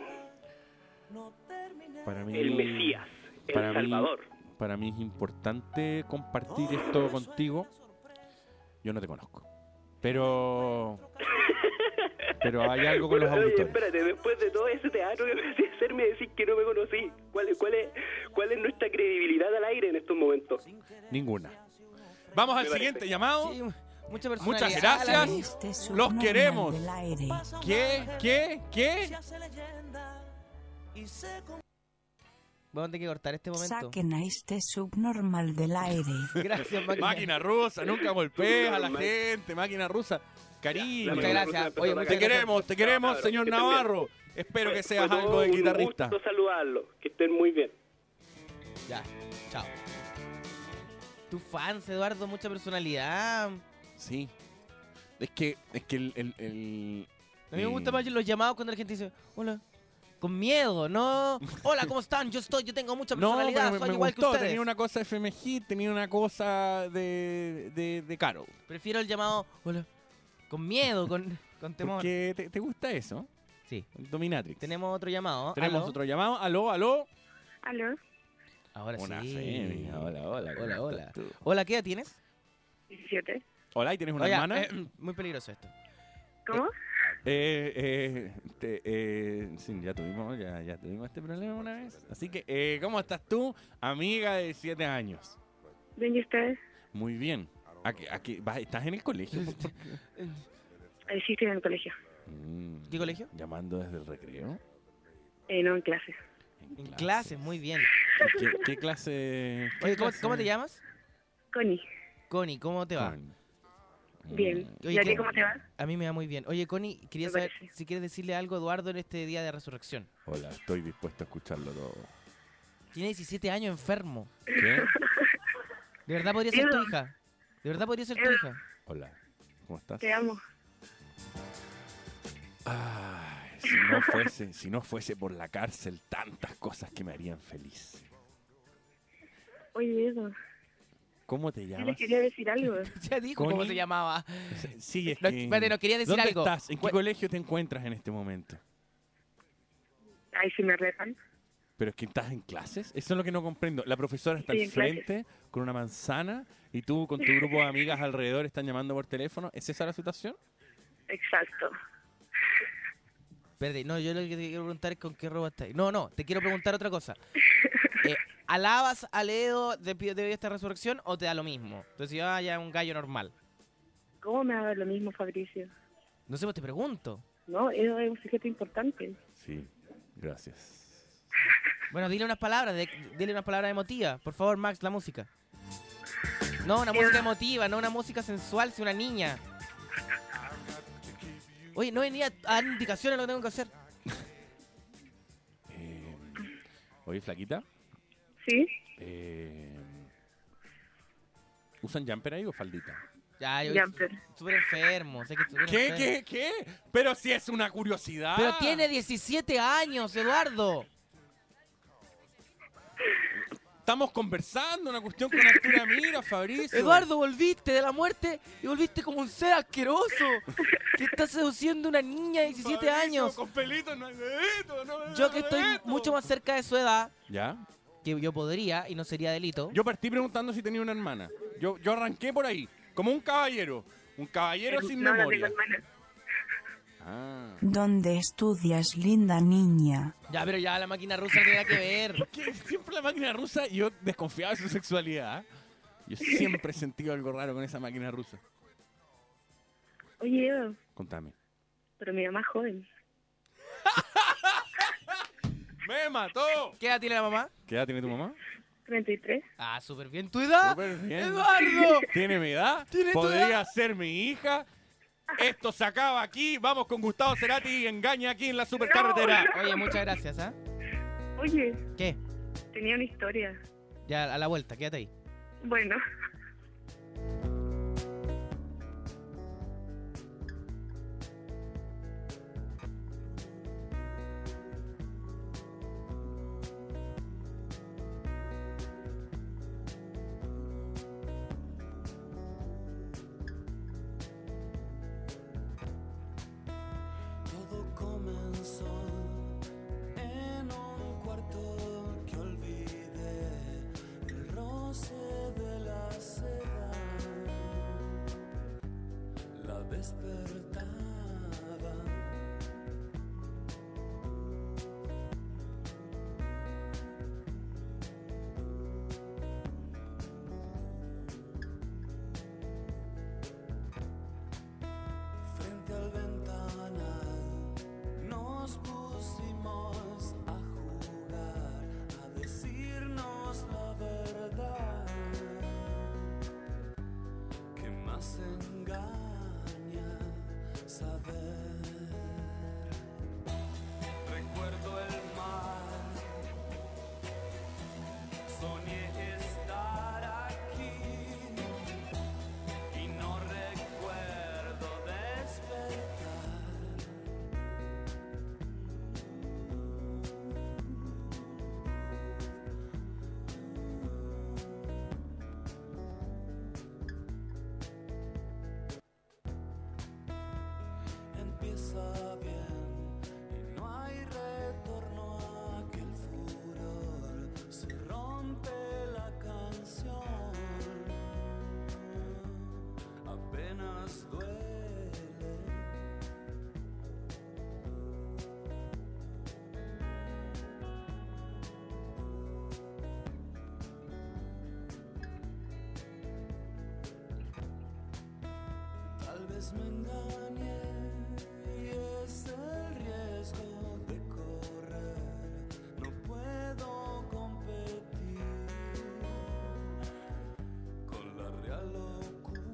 Para mí, el Mesías, el para mí- Salvador. para mí es importante compartir esto contigo. Yo no te conozco. Pero... Pero hay algo con los Bueno, oye, auditores. espérate, después de todo ese teatro que me hacía hacer, me decís que no me conocí. ¿Cuál es, cuál, es, ¿Cuál es nuestra credibilidad al aire en estos momentos? Ninguna. Vamos al Me parece. siguiente llamado. Sí, mucha Muchas personalidad. gracias. Este es Los subnormal queremos. del aire. ¿Qué? ¿Qué? ¿Qué? Vamos a tener que cortar este momento. Saquen a este subnormal del aire. Gracias, máquina. Máquina rusa, nunca golpees a la gente. Máquina rusa. Cariño. Muchas gracias. Oye, muchas Te gracias. queremos, te queremos, Cabros, señor que estén bien. Navarro. Espero que Fue- seas fue algo todo de un guitarrista. gusto saludarlo. Que estén muy bien. Ya, chao. Tu fans, Eduardo, mucha personalidad. Sí. Es que, es que el... el, el- A mí me eh, gusta más los llamados cuando la gente dice, hola, con miedo, no, hola, ¿cómo están? Yo estoy, yo tengo mucha No, personalidad, pero me, soy me igual gustó. que ustedes. Tenía una cosa de F M G, tenía una cosa de, de, de Caro. Prefiero el llamado, hola, con miedo, con, con temor. Porque te, te gusta eso. Sí. Dominatrix. Tenemos otro llamado. Tenemos ¿Aló? otro llamado. Aló, aló. ¿Aló? Ahora Una sí. femia. Hola, hola. ¿cómo Hola, hola. estás tú? Hola, ¿qué edad tienes? diecisiete. Hola, ¿y tienes una Oiga, hermana? eh, muy peligroso esto. ¿Cómo? Eh, eh, te- eh, sí, ya tuvimos, ya, ya tuvimos este problema una vez. Así que, eh, ¿cómo estás tú, amiga de siete años? ¿Ven y ustedes? Muy bien. ¿A qué, a qué, vas- ¿Estás en el colegio? ¿Por- por qué? Eh, sí, estoy en el colegio. Mm, ¿Qué colegio? ¿Llamando desde el recreo? Eh, no, en clase. En clases, muy bien. ¿Y ¿Qué, qué clase? qué Oye, ¿cómo, clase? cómo te llamas? Connie. Connie, ¿cómo te va? Connie. Bien. Oye, ¿Y a ti ¿qué- cómo te va? A mí me va muy bien. Oye, Connie, quería Me saber parece. si quieres decirle algo a Eduardo en este día de resurrección. Hola, estoy dispuesto a escucharlo todo. Tiene diecisiete años enfermo. ¿Qué? ¿De verdad podría ser tu Edu. hija? ¿De verdad podría ser tu Edu. hija? Hola, ¿cómo estás? Te amo. Ay, si no fuese, si no fuese por la cárcel, tantas cosas que me harían feliz. Oye, Edu, ¿Cómo te yo les llamas? quería decir algo. Ya dijo cómo Connie. se llamaba. Sí, es No, que... espérate, nos quería decir ¿Dónde algo. estás? ¿En qué Cu- colegio te encuentras en este momento? Ay, si me retan. ¿Pero es que estás en clases? Eso es lo que no comprendo. La profesora está Sí, al en clases. frente con una manzana y tú con tu grupo de amigas alrededor están llamando por teléfono. ¿Es esa la situación? Exacto. Espérate, no, yo lo que te quiero preguntar es con qué ropa estás. No, no, te quiero preguntar otra cosa. Eh, ¿Alabas a Leo de, pi- de esta resurrección o te da lo mismo? Entonces, yo, ah, ya un gallo normal. ¿Cómo me va a dar lo mismo, Fabricio? No sé, pues te pregunto. No, Edu es un sujeto importante. Sí, gracias. Bueno, dile unas palabras, de- dile unas palabras emotivas. Por favor, Max, la música. No, una música emotiva, no una música sensual, si una niña. Oye, no venía a dar indicaciones de lo que tengo que hacer. Eh, Oye, flaquita. ¿Sí? Eh, ¿Usan jumper ahí o faldita? Ya, yo Jumper. súper enfermo, sé que súper ¿Qué, enfermo. qué, qué? Pero si es una curiosidad. Pero tiene diecisiete años, Eduardo. Estamos conversando, una cuestión con Arturo Mira, Fabricio. Eduardo, volviste de la muerte y volviste como un ser asqueroso que está seduciendo a una niña de diecisiete Fabricio, años. Con pelitos no hay delito, no hay Yo que estoy delito. mucho más cerca de su edad, ¿Ya? que yo podría y no sería delito. Yo partí preguntando si tenía una hermana. Yo, yo arranqué por ahí, como un caballero. Un caballero Eh, sin no, no memoria. tengo hermana. Ah. ¿Dónde estudias, linda niña? Ya, pero ya la máquina rusa no tiene nada que ver. Que siempre la máquina rusa, yo desconfiaba de su sexualidad. Yo siempre he sentido algo raro con esa máquina rusa. Oye, Edu, Contame. pero mi mamá es joven. ¡Me mató! ¿Qué edad tiene la mamá? ¿Qué edad tiene tu mamá? treinta y tres. Ah, súper bien. ¿Tu edad? Súper bien. ¡Eduardo! ¿Tiene mi edad? ¿Tiene tu ¿Podría edad? ser mi hija? Esto se acaba aquí. Vamos con Gustavo Cerati y Engaña aquí en la supercarretera. Oye, muchas gracias, ¿ah? Oye, ¿Qué? tenía una historia. Ya, a la vuelta, quédate ahí. Bueno. Todo comenzó en un cuarto que olvidé, el roce de la seda, la despertaba. Frente al ventanal nos pusimos a jugar, a decirnos la verdad que más engaña. vez me engañé y es el riesgo de correr. No puedo competir con la real locura.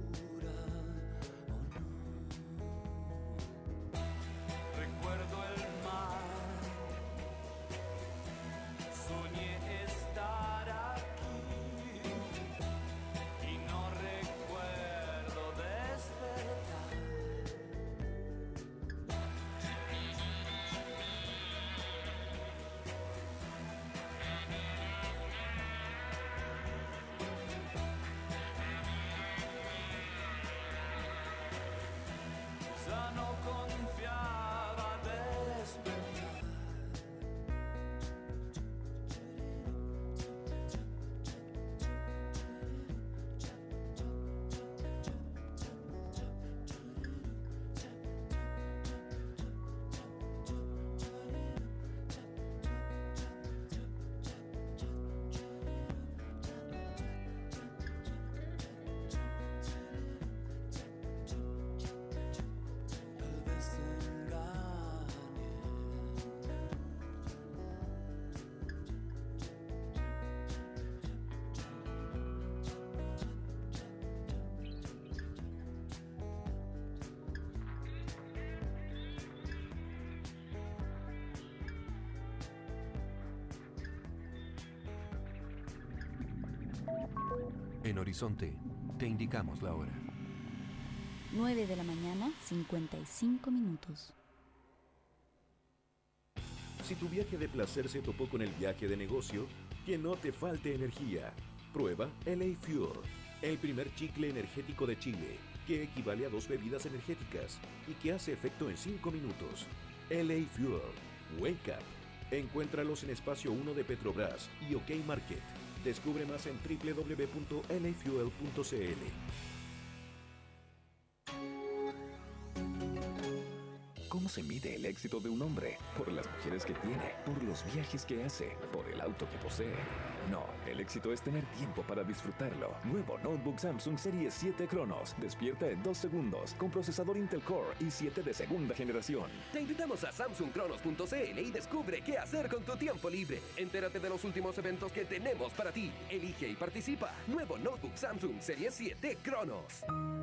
Recuerdo el mar, soñé estar aquí y no recuerdo despertar. Ya no confiaba despertar. Tal vez engañé. En Horizonte, te indicamos la hora. nueve de la mañana, cincuenta y cinco minutos. Si tu viaje de placer se topó con el viaje de negocio, que no te falte energía. Prueba L A Fuel, el primer chicle energético de Chile, que equivale a dos bebidas energéticas y que hace efecto en cinco minutos. L A Fuel, Wake Up. Encuéntralos en Espacio uno de Petrobras y OK Market. Descubre más en doble u doble u doble u punto l a fuel punto c l. ¿Cómo se mide el éxito de un hombre? Por las mujeres que tiene, por los viajes que hace, por el auto que posee. No, el éxito es tener tiempo para disfrutarlo. Nuevo notebook Samsung Series siete Cronos. Despierta en dos segundos con procesador Intel Core i siete de segunda generación. Te invitamos a samsung cronos punto c l y descubre qué hacer con tu tiempo libre. Entérate de los últimos eventos que tenemos para ti. Elige y participa. Nuevo notebook Samsung Series siete Cronos.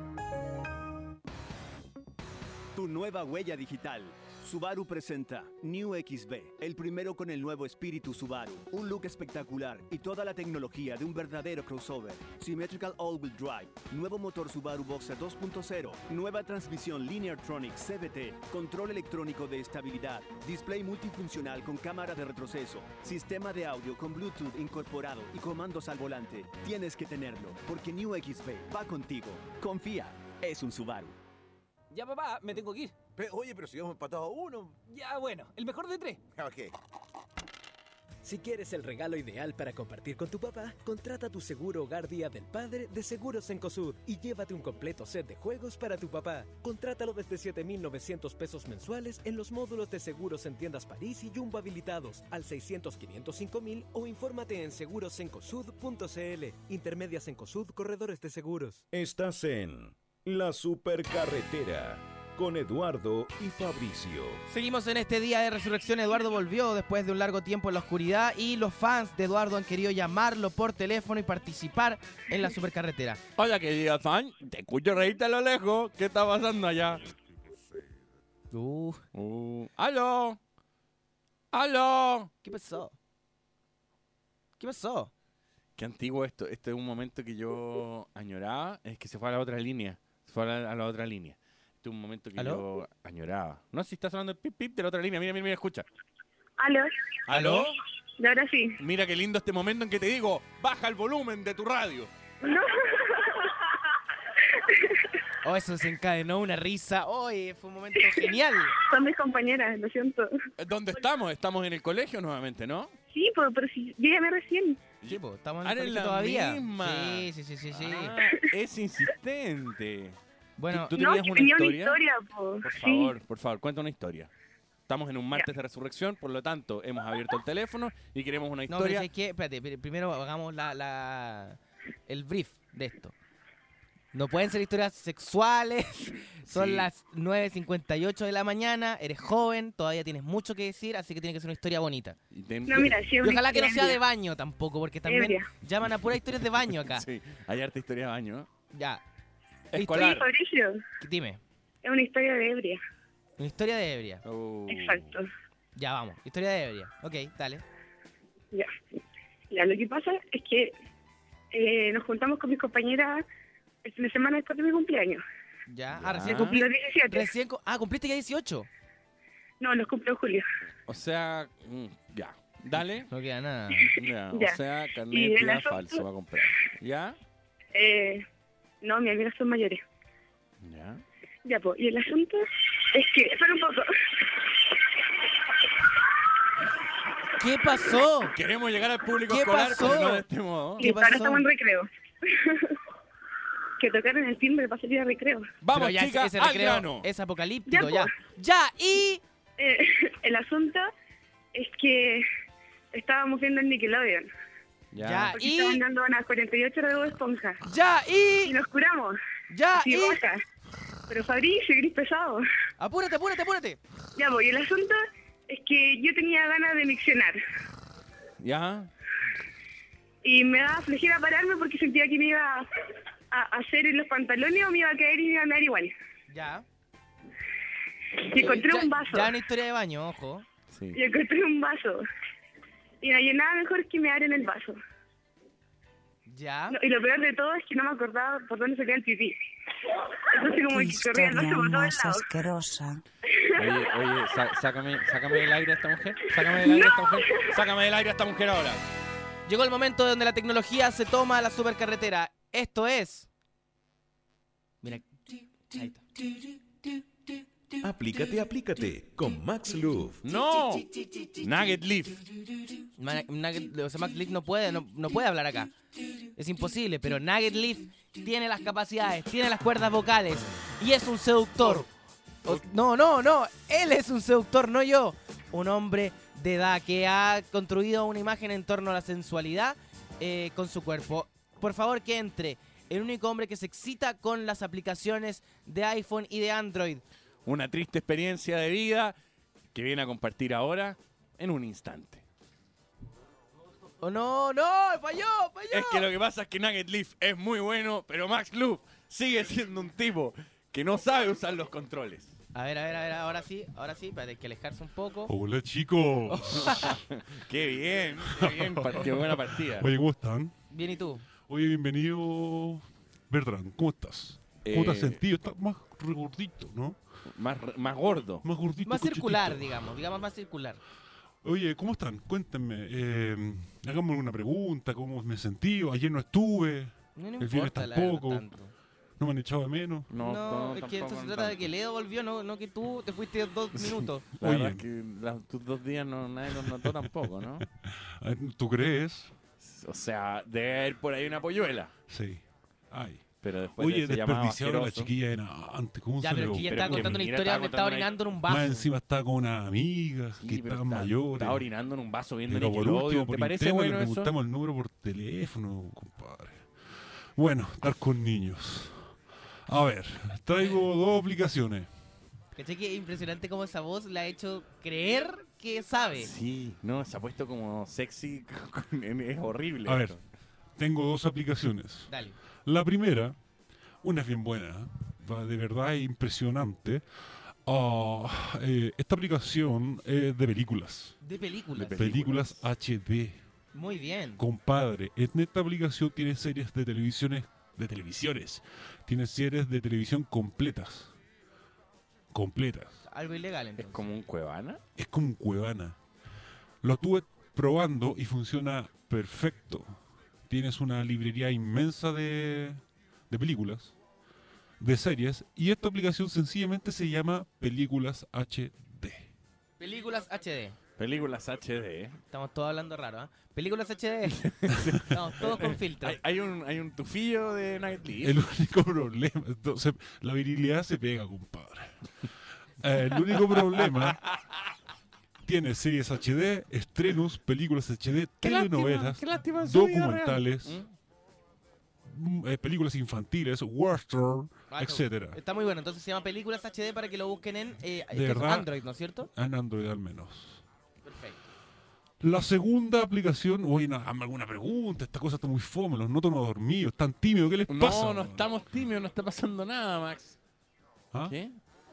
Tu nueva huella digital. Subaru presenta New X B, el primero con el nuevo espíritu Subaru. Un look espectacular y toda la tecnología de un verdadero crossover. Symmetrical All-Wheel Drive, nuevo motor Subaru Boxer dos punto cero, nueva transmisión Lineartronic C V T, control electrónico de estabilidad, display multifuncional con cámara de retroceso, sistema de audio con Bluetooth incorporado y comandos al volante. Tienes que tenerlo, porque New X B va contigo. Confía, es un Subaru. Ya, papá, me tengo que ir. oye, pero si hemos empatado a uno. Ya, bueno, el mejor de tres. Ok. Si quieres el regalo ideal para compartir con tu papá, contrata tu seguro Hogar Día del Padre de Seguros Cencosud y llévate un completo set de juegos para tu papá. Contrátalo desde siete mil novecientos pesos mensuales en los módulos de seguros en tiendas París y Jumbo habilitados al seiscientos, quinientos cinco mil o infórmate en seguros cencosud punto c l. Intermedia Cencosud, corredores de seguros. Estás en La Supercarretera con Eduardo y Fabricio. Seguimos en este día de resurrección. Eduardo volvió después de un largo tiempo en la oscuridad y los fans de Eduardo han querido llamarlo por teléfono y participar en la supercarretera. Hola, querida fan. Te escucho reírte a lo lejos. ¿Qué está pasando allá? Uh. Uh. ¡Aló! ¡Aló! ¿Qué pasó? ¿Qué pasó? Qué antiguo esto. Este es un momento que yo añoraba. Es que se fue a la otra línea. Se fue a la, a la otra línea. Este es un momento que ¿Aló? yo añoraba. No sé si está sonando el pip pip de la otra línea. Mira, mira, mira, escucha. ¿Aló? ¿Aló? Y ahora sí. Mira qué lindo este momento en que te digo, baja el volumen de tu radio. No. Oh, eso desencadenó una risa. Oye, fue un momento genial. Son mis compañeras, lo siento. ¿Dónde estamos? Estamos en el colegio nuevamente, ¿no? Sí, pero, pero si yo llamé recién. Sí, pues, estamos en Ah, el eres colegio la todavía. misma. Sí, sí, sí, sí, sí. Ah, es insistente. Bueno, ¿tú no, tenías que una tenía una historia? historia, po. Por Sí. favor, por favor, cuenta una historia. Estamos en un martes de resurrección, por lo tanto, hemos abierto el teléfono y queremos una No, pero historia. es que, espérate, pr- primero hagamos la, la, el brief de esto. No pueden ser historias sexuales. Son Sí. las nueve cincuenta y ocho de la mañana. Eres joven, todavía tienes mucho que decir, así que tiene que ser una historia bonita. Y ten- No, mira, si es Y una ojalá que no sea historia de baño tampoco, porque también Ebria. llaman a puras historias de baño acá. Sí, hay harta historia de baño. ¿eh? Ya. Oye, Escolar. Fabricio, Dime. es una historia de ebria. Una historia de ebria. Oh. Exacto. Ya, vamos. Historia de ebria. Ok, dale. Ya. Ya, lo que pasa es que eh, nos juntamos con mis compañeras el fin de semana después de mi cumpleaños. Ya. Ya. Ah, recién Cumplí cumplí. los diecisiete. Recién cu- ah, cumpliste ya dieciocho. No, los cumplo en julio. O sea, mm, ya. Dale. No queda nada. Ya, Ya. O sea, Y carnet el de identidad asunto- falso va a comprar. ¿Ya? Eh, no, mis amigas son mayores. Ya. Ya, pues, y el asunto es que... Espera un poco. ¿Qué pasó? Queremos llegar al público ¿Qué escolar, pasó? pero no de este modo. ¿Qué Y ahora pasó? estamos en recreo. Que tocaron el timbre para salir a recreo. Vamos, Pero ya chica, ese al recreo grano. es apocalíptico, Ya, ya. pues. Ya, y... Eh, el asunto es que estábamos viendo el Nickelodeon. Ya. Ya, Porque y... estaban dando unas cuarenta y ocho horas de Bob Esponja. Ya, Y y... nos curamos. Ya, Así y... baja. Pero Fabricio, gris pesado. Apúrate, apúrate, apúrate. Ya voy, el asunto es que yo tenía ganas de miccionar. Ya. Y me daba flojera pararme porque sentía que me iba a, a hacer en los pantalones o me iba a caer y me iba a dar igual. Ya. Y encontré Ya- un vaso. Ya una historia de baño, ojo. Sí. Y encontré un vaso. Y no hay nada mejor que me abren el vaso. Ya. No, y lo peor de todo es que no me acordaba por dónde salía el pipí. Entonces como Qué que corría el vaso historia por todos más lados. asquerosa. Oye, oye, sa- sácame, sácame del aire a esta mujer. Sácame del aire a esta mujer. Sácame del aire a esta mujer ahora. Llegó el momento donde la tecnología se toma la supercarretera. Esto es... Mira. Ahí está. Aplícate, aplícate con Max Love. ¡No! Nugget Leaf. Ma- Nugget- o sea, Max Leaf no puede, no, no puede hablar acá. Es imposible, pero Nugget Leaf tiene las capacidades, tiene las cuerdas vocales y es un seductor. O- no, no, no. Él es un seductor, no yo. Un hombre de edad que ha construido una imagen en torno a la sensualidad eh, con su cuerpo. Por favor, que entre. El único hombre que se excita con las aplicaciones de iPhone y de Android. Una triste experiencia de vida que viene a compartir ahora en un instante. ¡Oh, no, no! ¡Falló, falló! Es que lo que pasa es que Nugget Leaf es muy bueno, pero Max Love sigue siendo un tipo que no sabe usar los controles. A ver, a ver, a ver, ahora sí, ahora sí, pero hay que alejarse un poco. Hola chicos. Qué bien, qué bien, par- qué buena partida. Oye, ¿cómo están? Bien, ¿y tú? Oye, bienvenido, Bertrand. ¿Cómo estás? ¿Cómo te has Eh, sentido? Estás más regordito, ¿no? Más, más gordo. Más gordito. Más cochetito. circular, digamos, digamos más circular. Oye, ¿cómo están? Cuéntenme. Eh, hagamos una pregunta. ¿Cómo me he sentido? Ayer no estuve. No, no el viernes importa, la verdad, tampoco. tanto. No me han echado de menos. No, No, no, es que esto tampoco, se no trata de tanto. que Leo volvió, no, no que tú te fuiste dos minutos. La Oye. verdad es que la- tus dos días no, nadie los notó tampoco, ¿no? ¿Tú crees? O sea, debe haber por ahí una polluela. Sí. Ay. Pero después Oye, de ese llamado desperdiciaron a la asqueroso. chiquilla en antes. ¿Cómo Ya, se pero le es que ya ocurre? estaba contando una mira, historia estaba donde estaba contando una- orinando en un Más vaso. encima estaba con unas amigas Sí, que pero estaban está- mayores. Estaba orinando en un vaso viendo Pero por Nickelodeon. último, por ¿Te parece interno, bueno le eso? preguntamos el número por teléfono, compadre. Bueno, estar con niños. A ver, traigo dos aplicaciones. ¿Cachai? Que es impresionante cómo esa voz le ha hecho creer que sabe. Sí, no, se ha puesto como sexy. Es horrible. A ver, esto. tengo dos aplicaciones. Dale. La primera, una es bien buena, ¿eh? Va, de verdad es impresionante. Ah, eh, esta aplicación es de películas. De películas. Películas H D. Muy bien. Compadre, en esta aplicación tiene series de televisiones, de televisiones, tiene series de televisión completas, completas. Algo ilegal ¿Es entonces. como un Cuevana? Es como un Cuevana. Lo estuve probando y funciona perfecto. Tienes una librería inmensa de, de películas, de series, y esta aplicación sencillamente se llama Películas H D. Películas H D. Películas H D. Estamos todos hablando raro, ¿ah? Películas H D. Estamos todos con filtro. Hay, hay un, hay un tufillo de Nugget Leaf. El único problema, entonces, la virilidad se pega, compadre. Eh, el único problema, tiene series H D, estrenos, películas H D, Qué lástima, telenovelas, qué lástima en su vida real. documentales, ¿Mm? mm, eh, películas infantiles, western, Ah, etcétera. Está muy bueno. Entonces se llama Películas H D para que lo busquen en eh, De que es verdad, Android, ¿no es cierto? En Android al menos. Perfecto. La segunda aplicación, oye, no, hazme alguna pregunta, esta cosa está muy fome, los noto no dormidos, están tímidos, ¿qué les No, pasa? no estamos tímidos, no está pasando nada, Max. ¿Ah? ¿Qué?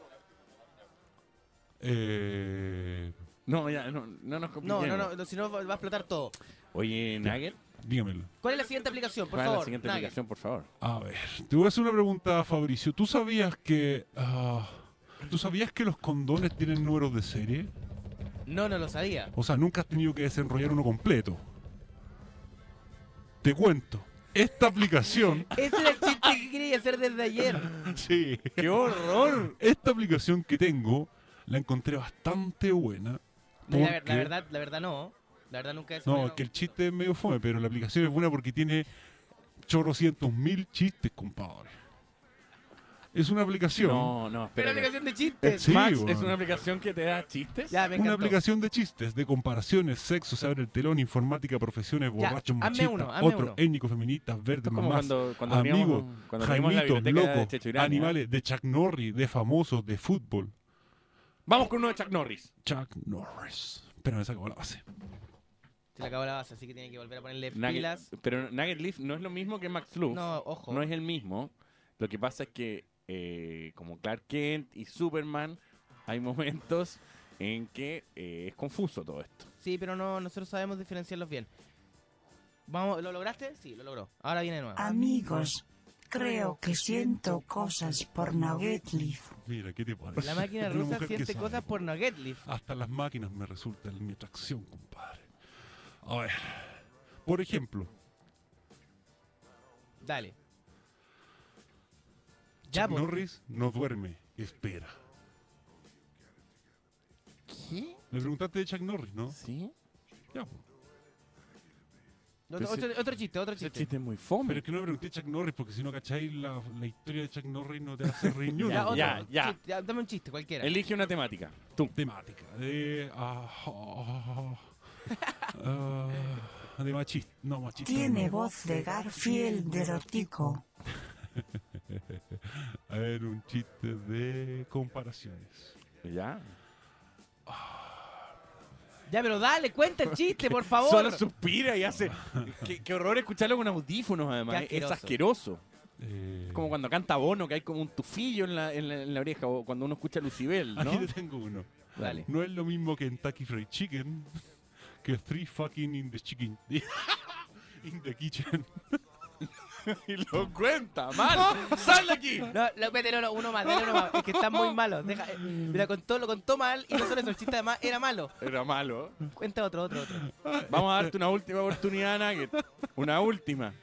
Eh... No, ya, no, no nos No, compliquemos. no, no, no, si no va va a explotar todo. Oye, Nugget, Dígamelo. ¿Cuál es la siguiente aplicación, por ¿cuál es favor? la siguiente Nugget? aplicación, por favor? A ver, te voy a hacer una pregunta, Fabricio. ¿Tú sabías que... ah, ¿Tú sabías que los condones tienen números de serie? No, no lo sabía. O sea, nunca has tenido que desenrollar uno completo. Te cuento. Esta aplicación... Ese era el chiste que quería hacer desde ayer. Sí. ¡Qué horror! Esta aplicación que tengo la encontré bastante buena. La, ver- la porque- verdad, la verdad no. La verdad nunca es No, es que el chiste es medio fome, pero la aplicación es buena porque tiene chorrocientos mil chistes, compadre. Es una aplicación. No, no, Pero espera. aplicación de chistes. Sí, Max, weón. ¿es una aplicación que te da chistes? Ya, me Una encantó. aplicación de chistes, de comparaciones, sexo, se abre el telón, informática, profesiones, Ya, borrachos, hazme machistas, uno, hazme otros uno. étnicos, feministas, verdes, Esto es como mamás, cuando- cuando amigos, teníamos- cuando teníamos la jaimitos, biblioteca de locos, Checho Iraña. animales, de Chuck Norris, de famosos, de fútbol. Vamos con uno de Chuck Norris. Chuck Norris. Pero me sacó la base. Se le acabó la base, así que tiene que volver a ponerle Nugget- pilas. pero Nugget Leaf no es lo mismo que Max Luff. No, ojo. No es el mismo. Lo que pasa es que, eh, como Clark Kent y Superman, hay momentos en que eh, es confuso todo esto. Sí, pero no, nosotros sabemos diferenciarlos bien. Vamos, ¿lo lograste? Sí, lo logró. Ahora viene de nuevo. Amigos, creo que siento cosas por Nugget Leaf. Mira, ¿qué te parece? La máquina Una rusa mujer que siente sabe. cosas por Nugget Leaf. Hasta las máquinas me resultan mi atracción, compadre. A ver. Por ejemplo, Dale. Ya, Chuck po. Norris no duerme, espera. ¿Qué? Me preguntaste de Chuck Norris, ¿no? Sí. Ya, po. Otro, Pero otro- otro chiste, otro Ese chiste. chiste es muy fome. Pero es que no me pregunté Chuck Norris porque si no cacháis la, la historia de Chuck Norris no te hace reír ni una, Ya, po. otro. Ya, ya. Chiste, ya, dame un chiste, cualquiera. Elige una temática. Tú. Temática de... ah, ah, ah, de machista. No, machista. Tiene no. voz de Garfield erótico. A ver, un chiste de comparaciones. Ya. Ya, pero dale, cuenta el chiste, por favor. Solo suspira y hace. qué, qué horror escucharlo con audífonos, además. Qué Es asqueroso. asqueroso. Eh, Es como cuando canta Bono, que hay como un tufillo en la, en la, en la oreja, o cuando uno escucha a Lucibel, ¿no? Aquí te tengo uno. Dale. No es lo mismo que Kentucky Fried Chicken que Three Fucking in the Chicken. In the Kitchen. y lo cuenta, mal. ¡Sal de aquí! No, no, vete, no, no, uno más, dale uno más. Es que están muy malos. Deja, eh, mira, contó, lo contó mal y no solo eso, el chiste además era malo. Era malo. Cuenta otro, otro, otro. Vamos a darte una última oportunidad, Nugget. Una última.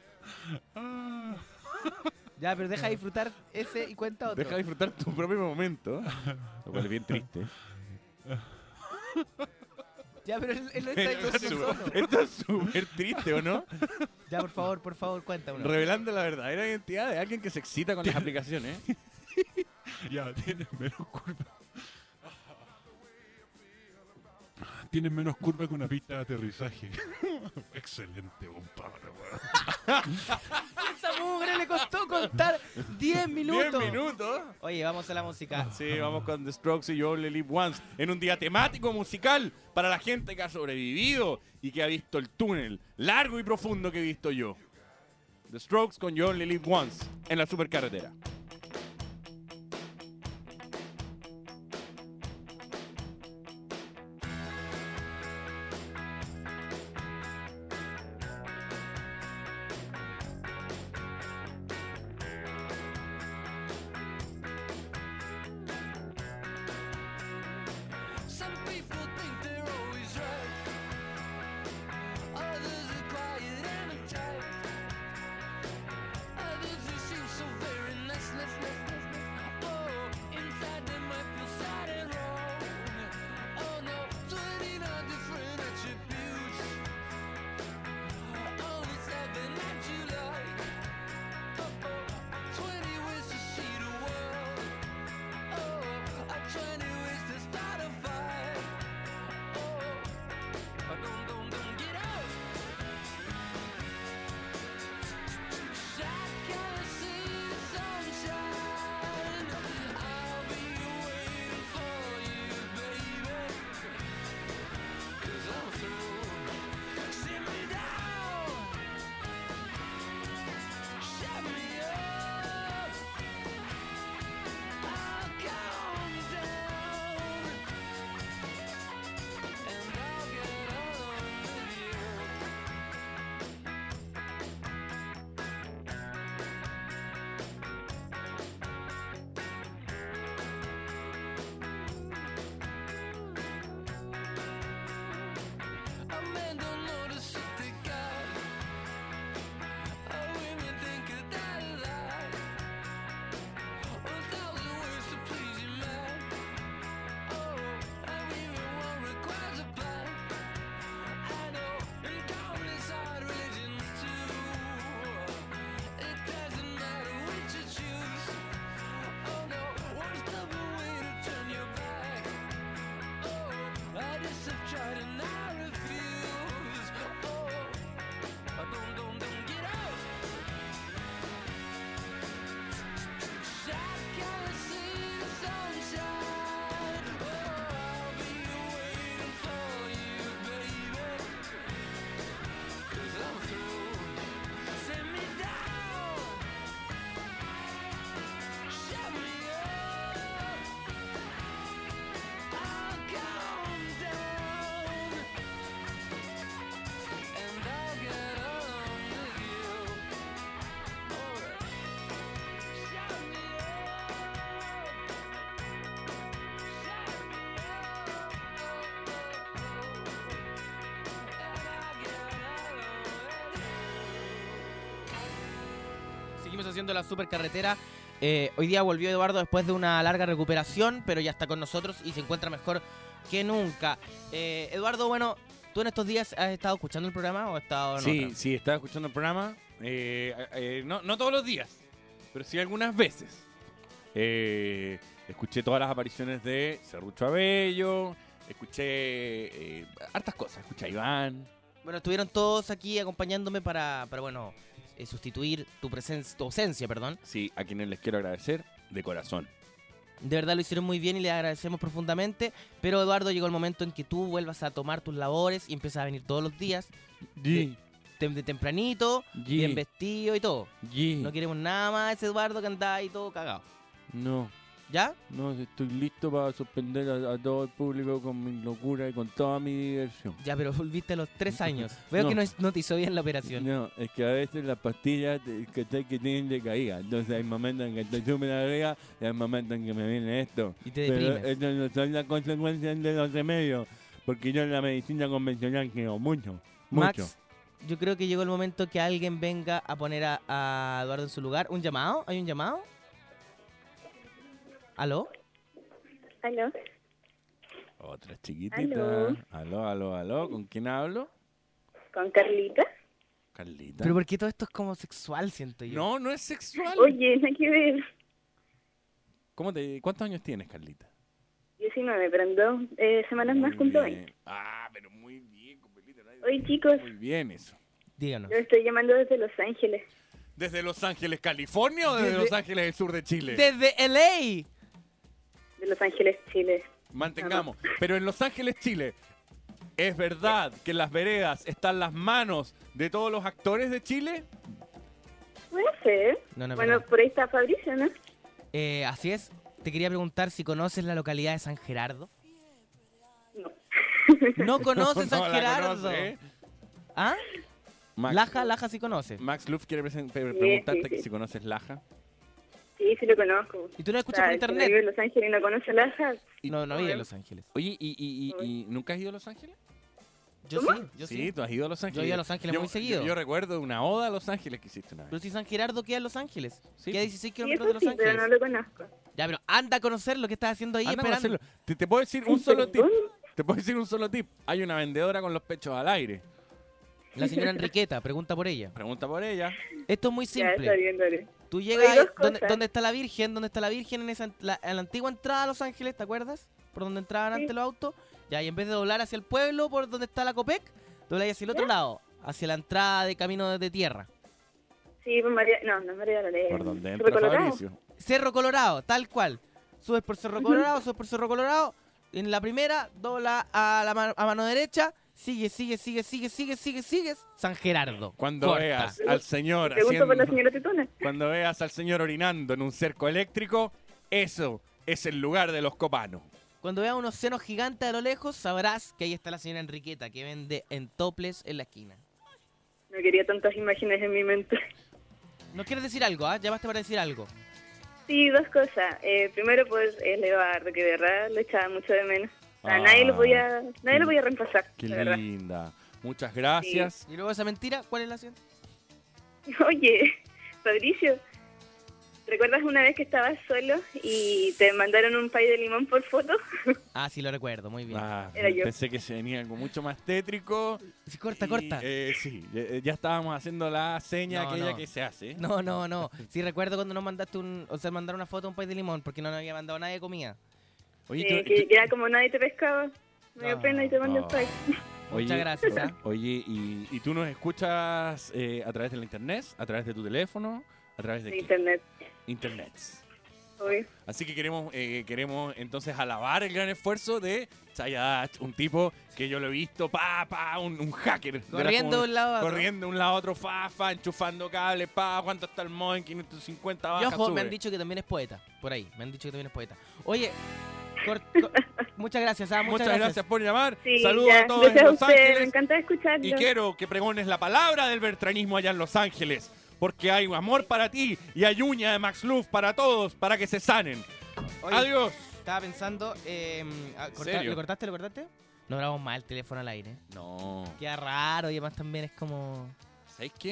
Ya, pero deja disfrutar ese y cuenta otro. Deja disfrutar tu propio momento. Lo cual es bien triste. Ya, pero él, él no está Esto es diciendo su- solo. esto es súper triste, ¿o no? Ya, por favor, por favor, cuenta uno. Revelando la verdadera identidad de alguien que se excita con las aplicaciones. Ya, tienes menos curva. Tienes menos curva que una pista de aterrizaje. Excelente, compadre, weón. Esa mugre le costó contar diez minutos. diez minutos. Oye, vamos a la música. Sí, vamos con The Strokes y You Only Live Once en un día temático musical para la gente que ha sobrevivido y que ha visto el túnel largo y profundo que he visto yo. The Strokes con You Only Live Once en la supercarretera. Some people think they're always right. Others are quiet and uptight. Others who seem so very nice Seguimos haciendo la supercarretera. Eh, hoy día volvió Eduardo después de una larga recuperación, pero ya está con nosotros y se encuentra mejor que nunca. Eh, Eduardo, bueno, ¿tú en estos días has estado escuchando el programa o has estado en Sí, otra? sí, estaba escuchando el programa. Eh, eh, no, no todos los días, pero sí algunas veces. Eh, escuché todas las apariciones de Serrucho Abello, escuché eh, hartas cosas, escuché a Iván. Bueno, estuvieron todos aquí acompañándome para, para bueno, eh, sustituir tu presencia, tu ausencia, perdón. Sí, a quienes les quiero agradecer de corazón. De verdad lo hicieron muy bien y le agradecemos profundamente. Pero Eduardo, llegó el momento en que tú vuelvas a tomar tus labores y empiezas a venir todos los días. Sí. De, de tempranito, Sí. bien vestido y todo. Sí. No queremos nada más ese Eduardo que anda ahí todo cagado. No. ¿Ya? No, estoy listo para sorprender a, a todo el público con mi locura y con toda mi diversión. Ya, pero volviste a los tres años. Veo No. que no, es- no te hizo bien la operación. No, es que a veces las pastillas te- que, te- que tienen decaída. Entonces hay momentos en que estoy súper arriba y hay momentos en que me viene esto. Y te Pero deprimes. esto no son las consecuencias de los remedios. Porque yo en la medicina convencional creo mucho, mucho. Max, yo creo que llegó el momento que alguien venga a poner a, a Eduardo en su lugar. ¿Un llamado? ¿Hay un llamado? ¿Aló? ¿Aló? Otra chiquitita. Aló. Aló, aló, aló. ¿Con quién hablo? ¿Con Carlita? Carlita. Pero ¿por qué todo esto es como sexual, siento yo? No, no es sexual. Oye, nada que ver. ¿Cómo te, ¿Cuántos años tienes, Carlita? diecinueve, pero en dos eh, semanas más cumplo veinte. Ah, pero muy bien, Copelita. Oye, chicos, Muy bien eso. Díganos. yo estoy llamando desde Los Ángeles. ¿Desde Los Ángeles, California o desde, Desde- Los Ángeles del sur de Chile? ¡Desde L A! De Los Ángeles, Chile. Mantengamos. Pero en Los Ángeles, Chile, ¿es verdad que en las veredas están las manos de todos los actores de Chile? Puede ser. No, no es Bueno, verdad. por ahí está Fabricio, ¿no? Eh, así es. Te quería preguntar si conoces la localidad de San Gerardo. No. ¿No conoces No San la Gerardo? conoce, ¿eh? ¿Ah? Max, Laja, Laja sí conoce. Max Luff quiere presen- pre- Sí, preguntarte sí, que sí. si conoces Laja. Sí, sí lo conozco. ¿Y tú no O escuchas sea, por el que internet? vive en Los Ángeles y no conoce Laja. No, no vive en Los Ángeles. Oye, ¿y, y, y, y nunca has ido a Los Ángeles? Yo sí, yo sí. tú has ido a Los Ángeles. Yo he ido a Los Ángeles Yo- muy seguido. Yo, yo recuerdo una oda a Los Ángeles que hiciste una vez. Pero si San Gerardo queda en Los Ángeles. Sí. Queda a dieciséis Sí, kilómetros de eso Los sí, Ángeles. pero no lo conozco. Ya, pero anda a conocer lo que estás haciendo ahí Anda a esperando. conocerlo. Te, te puedo decir un solo tip. Te puedo decir un solo tip. Hay una vendedora con los pechos al aire. La señora Enriqueta, pregunta por ella. Pregunta por ella. Esto es muy Ya, está simple. bien, dale. Tú llegas Oye, ahí, dos ¿dónde, cosas. dónde está la Virgen? ¿Dónde está la Virgen? En, esa, la, en la antigua entrada a Los Ángeles, ¿te acuerdas? Por donde entraban Sí. antes los autos. Ya, y en vez de doblar hacia el pueblo, por donde está la Copec, dobláis hacia el otro lado, hacia la entrada de camino de tierra. Sí, pues María... No, no es María Dolores. Por donde Cerro entra Colorado. Fabricio. Cerro Colorado, tal cual. Subes por Cerro Colorado, subes por Cerro Colorado. En la primera, dobla a la ma- a mano derecha. Sigue, sigue, sigue, sigue, sigue, sigue, sigues. San Gerardo. Cuando Corta. veas al señor Pregunto por la haciendo, señora Tetona. cuando veas al señor orinando en un cerco eléctrico, eso es el lugar de los copanos. Cuando veas unos senos gigantes a lo lejos, sabrás que ahí está la señora Enriqueta, que vende en toples en la esquina. No quería tantas imágenes en mi mente. ¿No quieres decir algo, ah? Llamaste para decir algo. Sí, dos cosas. Eh, primero, pues, el Eduardo, que de verdad lo echaba mucho de menos. O sea, Ah, nadie lo podía, nadie lo podía reemplazar, Qué de verdad. linda. Muchas gracias. Y luego esa mentira, ¿cuál es la siguiente? Oye, Fabricio, ¿recuerdas una vez que estabas solo y te mandaron un pay de limón por foto? Ah, sí, lo recuerdo, muy bien. Ah, Era yo. pensé que se venía algo mucho más tétrico. Sí, corta, Y, corta. eh, sí, ya, ya estábamos haciendo la seña No, aquella no. que se hace. No, no, no. Sí, recuerdo cuando nos mandaste un... O sea, mandaron una foto de un pay de limón porque no nos había mandado nadie de comida. Oye, Sí, tú- que, tú- que era como nadie te pescaba. Me dio No. pena y te mandé el Oh. pay. Oye, Muchas gracias, ¿ah? Oye, ¿y, y tú nos escuchas eh, a través de la internet, a través de tu teléfono, a través de De qué? internet. Internet? Obvio. Así que queremos eh, queremos entonces alabar el gran esfuerzo de Chayadach, un tipo que yo lo he visto, pa, pa, un, un hacker. Era Corriendo como- de un lado a otro. Corriendo de un lado a otro, fa, fa, enchufando cables, pa, cuánto está el modem, quinientos cincuenta baja, Y ojo, sube. me han dicho que también es poeta. Por ahí, me han dicho que también es poeta. Oye, cor- cor- muchas gracias, ah, muchas, Muchas gracias. por llamar. Sí, Saludos ya. a todos Gracias en a Los ustedes, me Ángeles. encanta escucharlo. Y quiero que pregones la palabra del bertranismo allá en Los Ángeles. Porque hay amor para ti y hay uña de Max Luff para todos, para que se sanen. Oye, Adiós. Estaba pensando, eh, a cortar- serio? ¿le cortaste, le cortaste? No grabamos mal el teléfono al aire. No. Queda raro y además también es como... ¿Sabéis qué? Eh,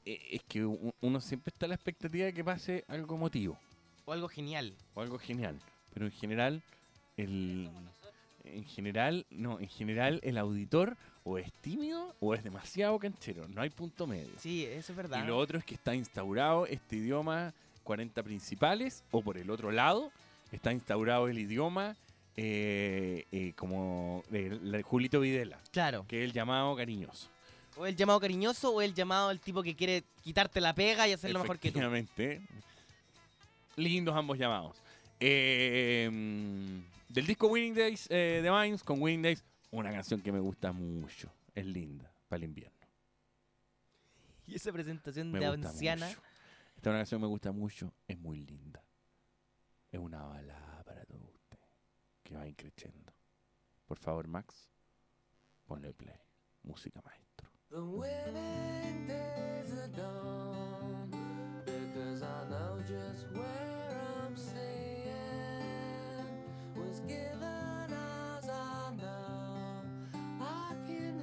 eh, es que u- uno siempre está a la expectativa de que pase algo emotivo. O algo genial. O algo genial. Pero en general, el... En general, no, en general el auditor o es tímido o es demasiado canchero. No hay punto medio. Sí, eso es verdad. Y lo otro es que está instaurado este idioma cuarenta principales, o por el otro lado, está instaurado el idioma eh, eh, como el, el Julito Videla. Claro. Que es el llamado cariñoso. O el llamado cariñoso o el llamado al tipo que quiere quitarte la pega y hacerlo mejor que tú. Efectivamente. Lindos ambos llamados. Eh, del disco Winning Days eh, de Vines con Winning Days, una canción que me gusta mucho. Es linda para el invierno. Y esa presentación Me de gusta anciana. mucho. Esta es una canción que me gusta mucho. Es muy linda. Es una balada para todos ustedes que va increciendo. Por favor, Max, ponle play. Música maestro. The winning days are gone, because I know just where I'm staying. Was given as I know I can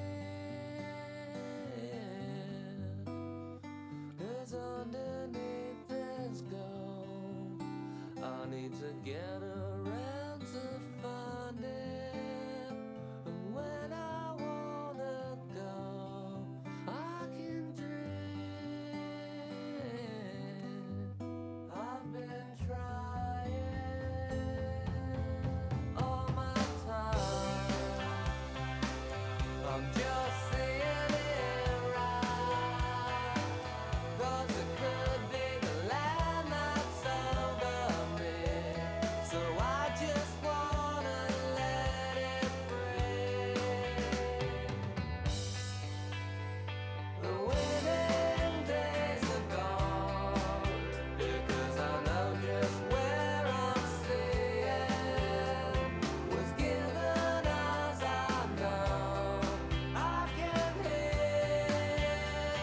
have. 'Cause underneath this gold, I need to get around to find it. And when I wanna go, I can dream. I've been trying all my time. I'm just saying it right, 'cause it could be the land that's over me. So I just wanna let it breathe. The winning days are gone, because I know just where I'm staying. Was given as I know I can hear.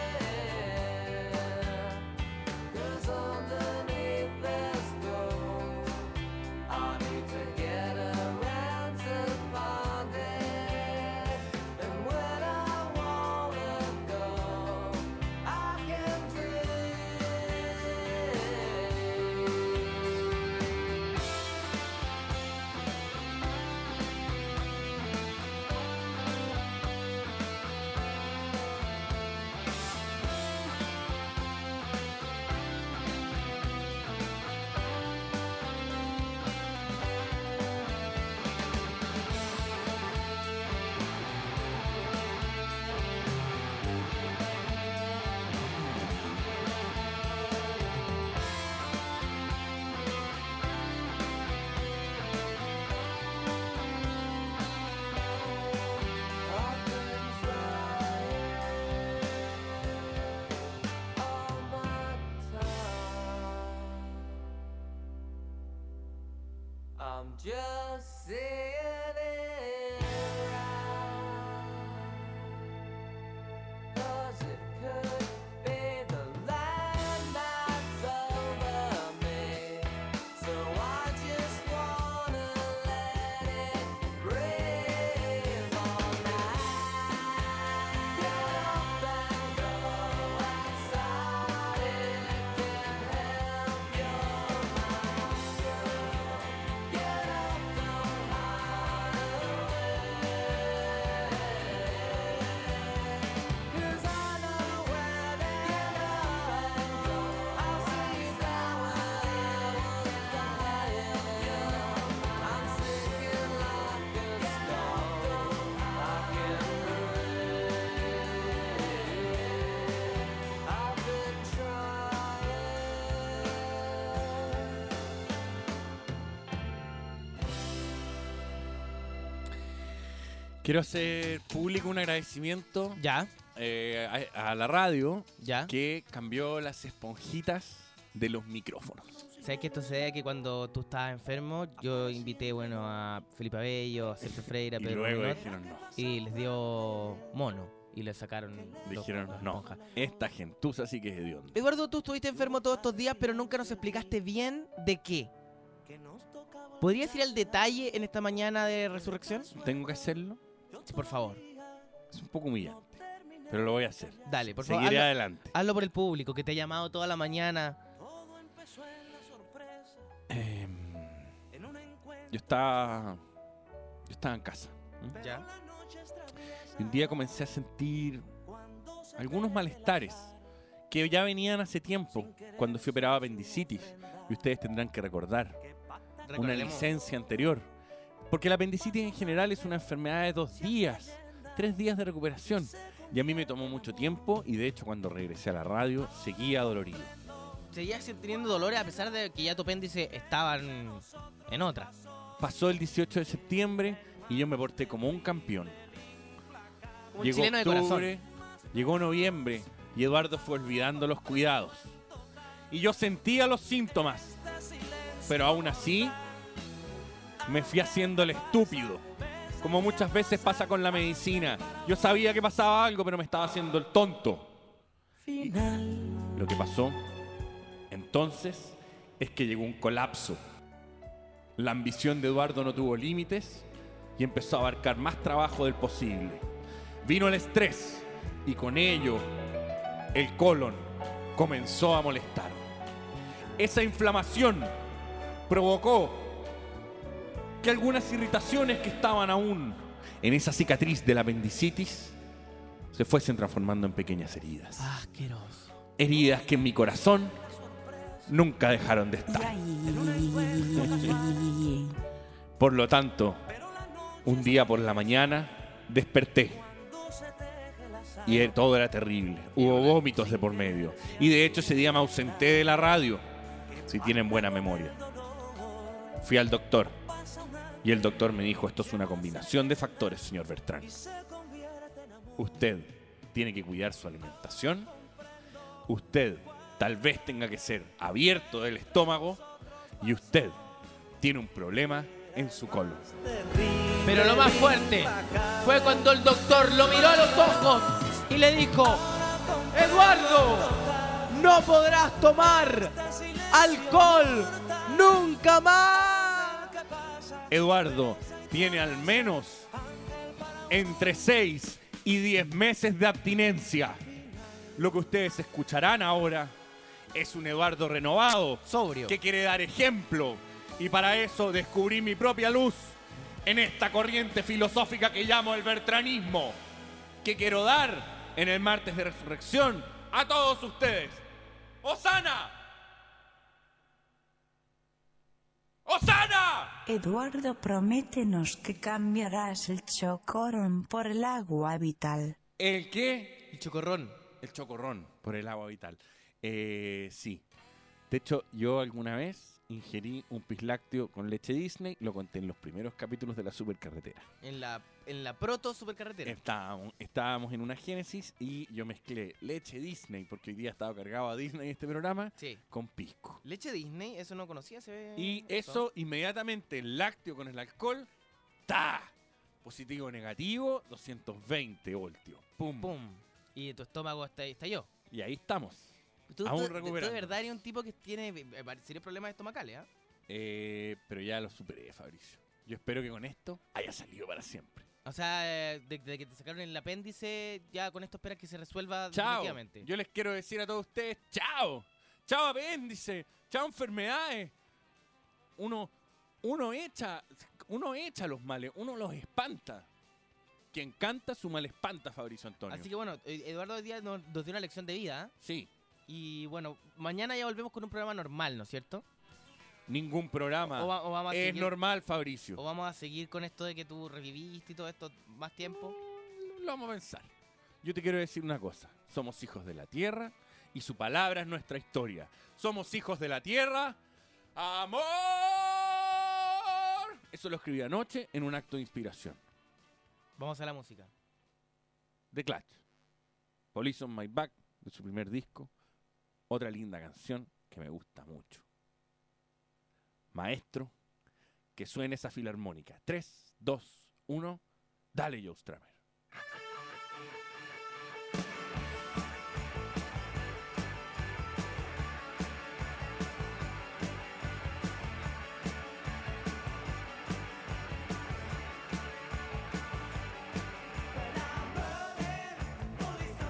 'Cause underneath this gold, I need to get around to find it. And when I wanna go, I can dream. I've been trying all my time. I'm just saying it right, 'cause it could be the land that's over me. So I just wanna let it breathe all night. Get up and go outside, it can help your mind. Get up, don't hide away. 'Cause I know where to get up and go. I'll see you down where I was dying young. I'm sinking like a stone. I can breathe. I've been trying. Quiero hacer público un agradecimiento ya eh, a, a la radio ya que cambió las esponjitas de los micrófonos. ¿Sabes que esto se debe a que cuando tú estabas enfermo, yo invité, bueno, a Felipe Abello, a Sergio Freire, a Y Pedro luego Munot, dijeron no. y les dio mono y le sacaron los- Dijeron las no, esponjas. esta gentuza sí que es hedionda. Eduardo, tú estuviste enfermo todos estos días, pero nunca nos explicaste bien de qué. ¿Podrías ir al detalle en esta mañana de resurrección? ¿Tengo que hacerlo? Sí, por favor. Es un poco humillante. pero lo voy a hacer. Dale, por favor. Seguiré hazlo, adelante. hazlo por el público que te ha llamado toda la mañana. Eh, yo estaba... Yo estaba en casa. ¿m? Ya. Y un día comencé a sentir algunos malestares que ya venían hace tiempo, cuando fui operado de apendicitis. Y ustedes tendrán que recordar una Recordemos. licencia anterior. Porque la apendicitis en general es una enfermedad de dos días, tres días de recuperación. Y a mí me tomó mucho tiempo y de hecho cuando regresé a la radio seguía dolorido. Seguías teniendo dolores a pesar de que ya tu apéndice estaban en otra. Pasó el dieciocho de septiembre y yo me porté como un campeón. Como un Llegó chileno de octubre, llegó noviembre y Eduardo fue olvidando los cuidados. Y yo sentía los síntomas, pero aún así me fui haciendo el estúpido. Como muchas veces pasa con la medicina. Yo sabía que pasaba algo, pero me estaba haciendo el tonto. Y lo que pasó entonces es que llegó un colapso. La ambición de Eduardo no tuvo límites y empezó a abarcar más trabajo del posible. Vino el estrés y con ello el colon comenzó a molestar. Esa inflamación provocó que algunas irritaciones que estaban aún en esa cicatriz de la apendicitis se fuesen transformando en pequeñas heridas. Asqueroso. Heridas que en mi corazón nunca dejaron de estar. Por lo tanto, un día por la mañana desperté y todo era terrible. Hubo vómitos de por medio. Y de hecho ese día me ausenté de la radio, si tienen buena memoria. Fui al doctor y el doctor me dijo, esto es una combinación de factores, señor Bertrán. Usted tiene que cuidar su alimentación. Usted tal vez tenga que ser abierto del estómago y usted tiene un problema en su colon. Pero lo más fuerte fue cuando el doctor lo miró a los ojos y le dijo: Eduardo, no podrás tomar alcohol nunca más. Eduardo tiene al menos entre seis y diez meses de abstinencia. Lo que ustedes escucharán ahora es un Eduardo renovado, sobrio, que quiere dar ejemplo. Y para eso descubrí mi propia luz en esta corriente filosófica que llamo el bertranismo, que quiero dar en el martes de resurrección a todos ustedes. ¡Hosana! ¡Hosana! Eduardo, prométenos que cambiarás el chocorrón por el agua vital. ¿El qué? El chocorrón. El chocorrón por el agua vital. Eh, sí. De hecho, yo alguna vez ingerí un pislácteo con leche Disney, lo conté en los primeros capítulos de la supercarretera. En la, en la proto supercarretera. Estábamos, estábamos en una génesis y yo mezclé leche Disney, porque hoy día estaba cargado a Disney este programa, sí, con pisco. Leche Disney, eso no conocía. Se ve... Y eso, inmediatamente, el lácteo con el alcohol, ¡ta! Positivo o negativo, doscientos veinte voltios. ¡Pum! ¡Pum! Y tu estómago está, estalló. Y ahí estamos. Tú, aún tú, recuperando. tú de verdad eres un tipo que tiene serios problemas estomacales, ¿ah? ¿eh? Pero ya lo superé, Fabricio. Yo espero que con esto haya salido para siempre. O sea, de, de que te sacaron el apéndice, ya con esto esperas que se resuelva Chao. definitivamente. Yo les quiero decir a todos ustedes, chao. Chao apéndice, chao enfermedades. Uno, uno echa, uno echa los males, uno los espanta. Quien canta su mal espanta, Fabricio Antonio. Así que bueno, Eduardo hoy día nos, nos dio una lección de vida, ¿eh? Sí. Y bueno, mañana ya volvemos con un programa normal, ¿no es cierto? Ningún programa O va- o vamos a es seguir- normal, Fabricio. ¿O vamos a seguir con esto de que tú reviviste y todo esto más tiempo? Lo vamos a pensar. Yo te quiero decir una cosa. Somos hijos de la tierra y su palabra es nuestra historia. Somos hijos de la tierra. ¡Amor! Eso lo escribí anoche en un acto de inspiración. Vamos a la música. The Clash. Police on My Back, de su primer disco. Otra linda canción que me gusta mucho. Maestro, que suene esa filarmónica. tres, dos, uno. Dale, Joe Strummer. Police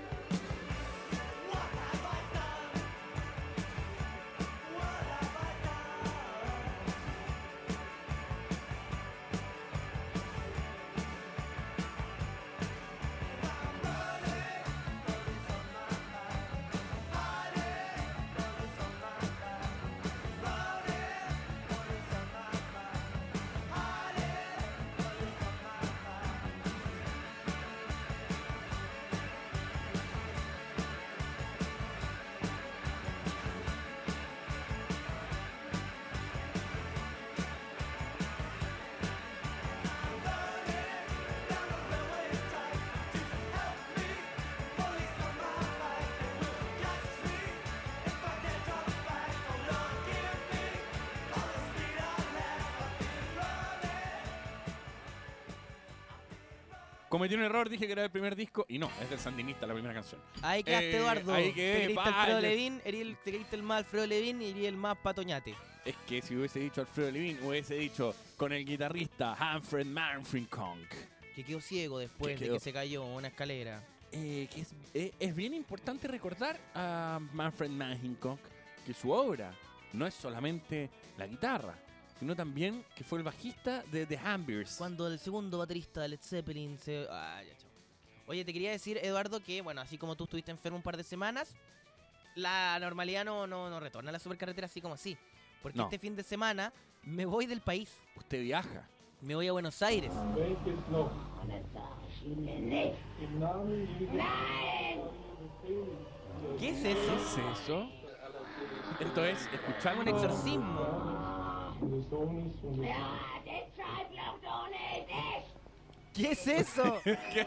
Cometí un error, dije que era el primer disco y no, es del Sandinista la primera canción. Ahí quedaste, Eh, Eduardo. ahí te quedé, creíste vaya. Alfredo Levin, erí el- te creíste el más Alfredo Levin y erí el más Patoñate. Es que si hubiese dicho Alfredo Levin, hubiese dicho con el guitarrista Humphrey Manfred-Konk. Que quedó ciego después Que de quedó- que se cayó en una escalera. Eh, que es, eh, es bien importante recordar a Manfred Manfred-Konk que su obra no es solamente la guitarra, sino también que fue el bajista de The Hamburgs. Cuando el segundo baterista de Led Zeppelin se... Ah, ya, chao. Oye, te quería decir, Eduardo, que, bueno, así como tú estuviste enfermo un par de semanas, la normalidad no, no, no retorna a la supercarretera así como así. Porque No. este fin de semana me voy del país. Usted viaja. Me voy a Buenos Aires. ¿Qué es eso? ¿Qué es eso? Esto es escuchar un exorcismo. ¿Qué es eso? ¿Qué? ¿Qué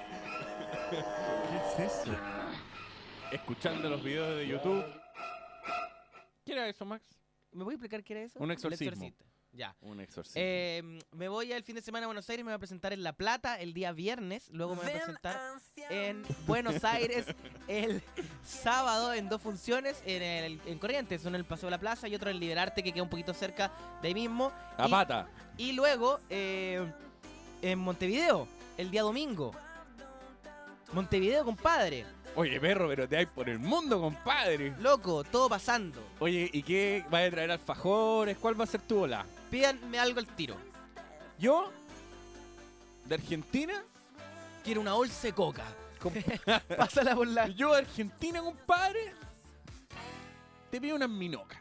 es eso? Escuchando los videos de YouTube. ¿Qué era eso, Max? ¿Me voy a explicar qué era eso? Un El exorcismo. exorcista. Ya. Un exorcismo. Eh, me voy el fin de semana a Buenos Aires, me voy a presentar en La Plata el día viernes, luego me voy a presentar en Buenos Aires el sábado en dos funciones, en, el, en Corrientes, uno en el Paseo de la Plaza y otro en Liberarte, que queda un poquito cerca de ahí mismo. A Y- pata. Y luego eh, en Montevideo, el día domingo. Montevideo, compadre. Oye, perro, pero te hay por el mundo, compadre. Loco, todo pasando. Oye, ¿y qué? ¿Vas a traer alfajores? ¿Cuál va a ser tu bola? Pídanme algo al tiro. Yo, de Argentina, quiero una bolsa de coca. Pásala por la... Yo de Argentina, compadre, te pido unas minocas.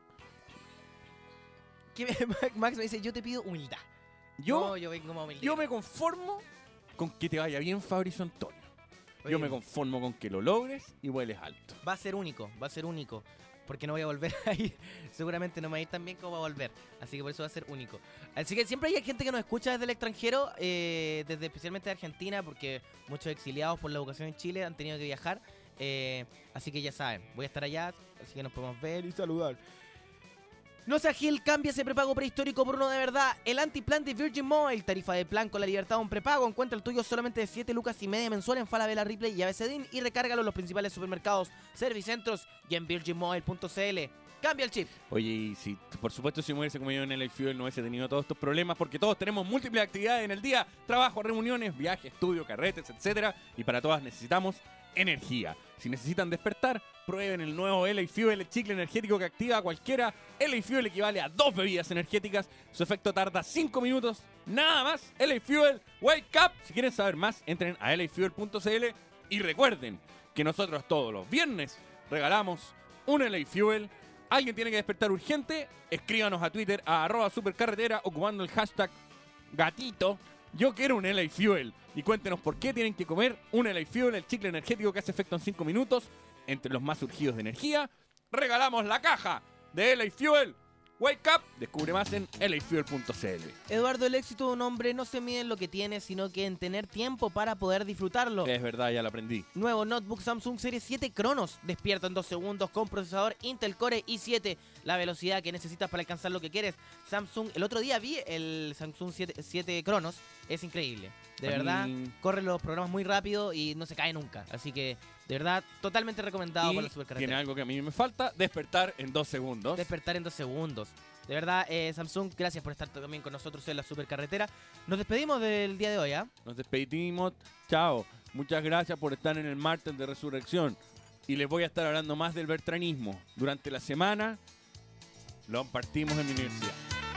¿Qué me- Max me dice, yo te pido humildad. Yo, No, yo vengo más humilde. yo me conformo con que te vaya bien, Fabricio Antonio. Oye, Yo me conformo con que lo logres y vueles alto. Va a ser único, va a ser único. Porque no voy a volver a ir. Seguramente no me va a ir tan bien como va a volver. Así que por eso va a ser único. Así que siempre hay gente que nos escucha desde el extranjero, eh, desde especialmente de Argentina, porque muchos exiliados por la educación en Chile han tenido que viajar. eh, así que ya saben, voy a estar allá, así que nos podemos ver y saludar. No sea Gil, cambia ese prepago prehistórico por uno de verdad. El antiplan de Virgin Mobile, tarifa de plan con la libertad de un prepago. Encuentra el tuyo solamente de siete lucas y media mensual en Falabella, Ripley y A B C D I N y recárgalo en los principales supermercados, servicentros y en virgin mobile punto c l. Cambia el chip. Oye, y si, por supuesto, si me hubiese comido en el L A Fuel no hubiese tenido todos estos problemas porque todos tenemos múltiples actividades en el día, trabajo, reuniones, viajes, estudio, carretes, etcétera, y para todas necesitamos energía. Si necesitan despertar, prueben el nuevo L A Fuel, el chicle energético que activa a cualquiera. L A Fuel equivale a dos bebidas energéticas. Su efecto tarda cinco minutos, nada más. L A Fuel, wake up. Si quieren saber más, entren a L A fuel punto c l y recuerden que nosotros todos los viernes regalamos un L A Fuel. Alguien tiene que despertar urgente, escríbanos a Twitter a arroba supercarretera ocupando el hashtag gatito. Yo quiero un L A Fuel. Y cuéntenos por qué tienen que comer un L A Fuel, el chicle energético que hace efecto en cinco minutos. Entre los más surgidos de energía, regalamos la caja de L A Fuel. Wake up. Descubre más en L A fuel punto c l. Eduardo, el éxito de un hombre no se mide en lo que tiene, sino que en tener tiempo para poder disfrutarlo. Es verdad, ya lo aprendí. Nuevo notebook Samsung Serie siete Cronos. Despierta en dos segundos con procesador Intel Core i siete. La velocidad que necesitas para alcanzar lo que quieres. Samsung, el otro día vi el Samsung siete Cronos. Es increíble. De A verdad, mí- corre los programas muy rápido y no se cae nunca. Así que, de verdad, totalmente recomendado Y para la supercarretera. tiene algo que a mí me falta, despertar en dos segundos. Despertar en dos segundos. De verdad, eh, Samsung, gracias por estar también con nosotros en la supercarretera. Nos despedimos del día de hoy, ¿ah? Nos despedimos. Chao. Muchas gracias por estar en el martes de Resurrección. Y les voy a estar hablando más del bertranismo. Durante la semana lo compartimos en mi universidad.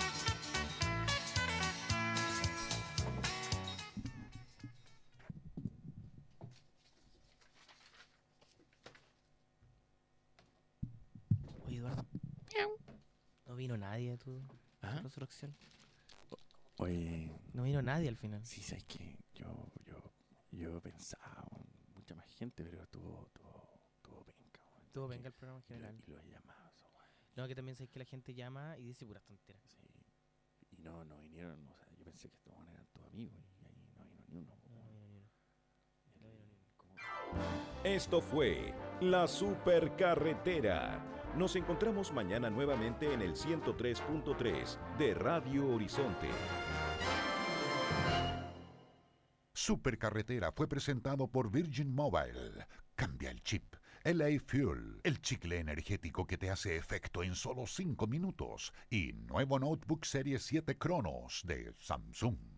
Oye, Eduardo. No vino nadie a tu ¿Ah? resurrección. Oye. No vino nadie al final. Sí, sabes que yo, yo, yo pensaba mucha más gente, pero estuvo, estuvo, estuvo penca. Estuvo venga el programa en general. Y lo he llamado. So, No, que también sabes que la gente llama y dice puras tonteras. Sí. Y no, no vinieron, o sea, yo pensé que estos eran tus amigos y ahí no vino ni uno. No vino ni uno. No vino ni uno. Esto fue La Supercarretera. Nos encontramos mañana nuevamente en el ciento tres punto tres de Radio Horizonte. Supercarretera fue presentado por Virgin Mobile. Cambia el chip. L A Fuel, el chicle energético que te hace efecto en solo cinco minutos. Y nuevo notebook Serie siete Cronos de Samsung.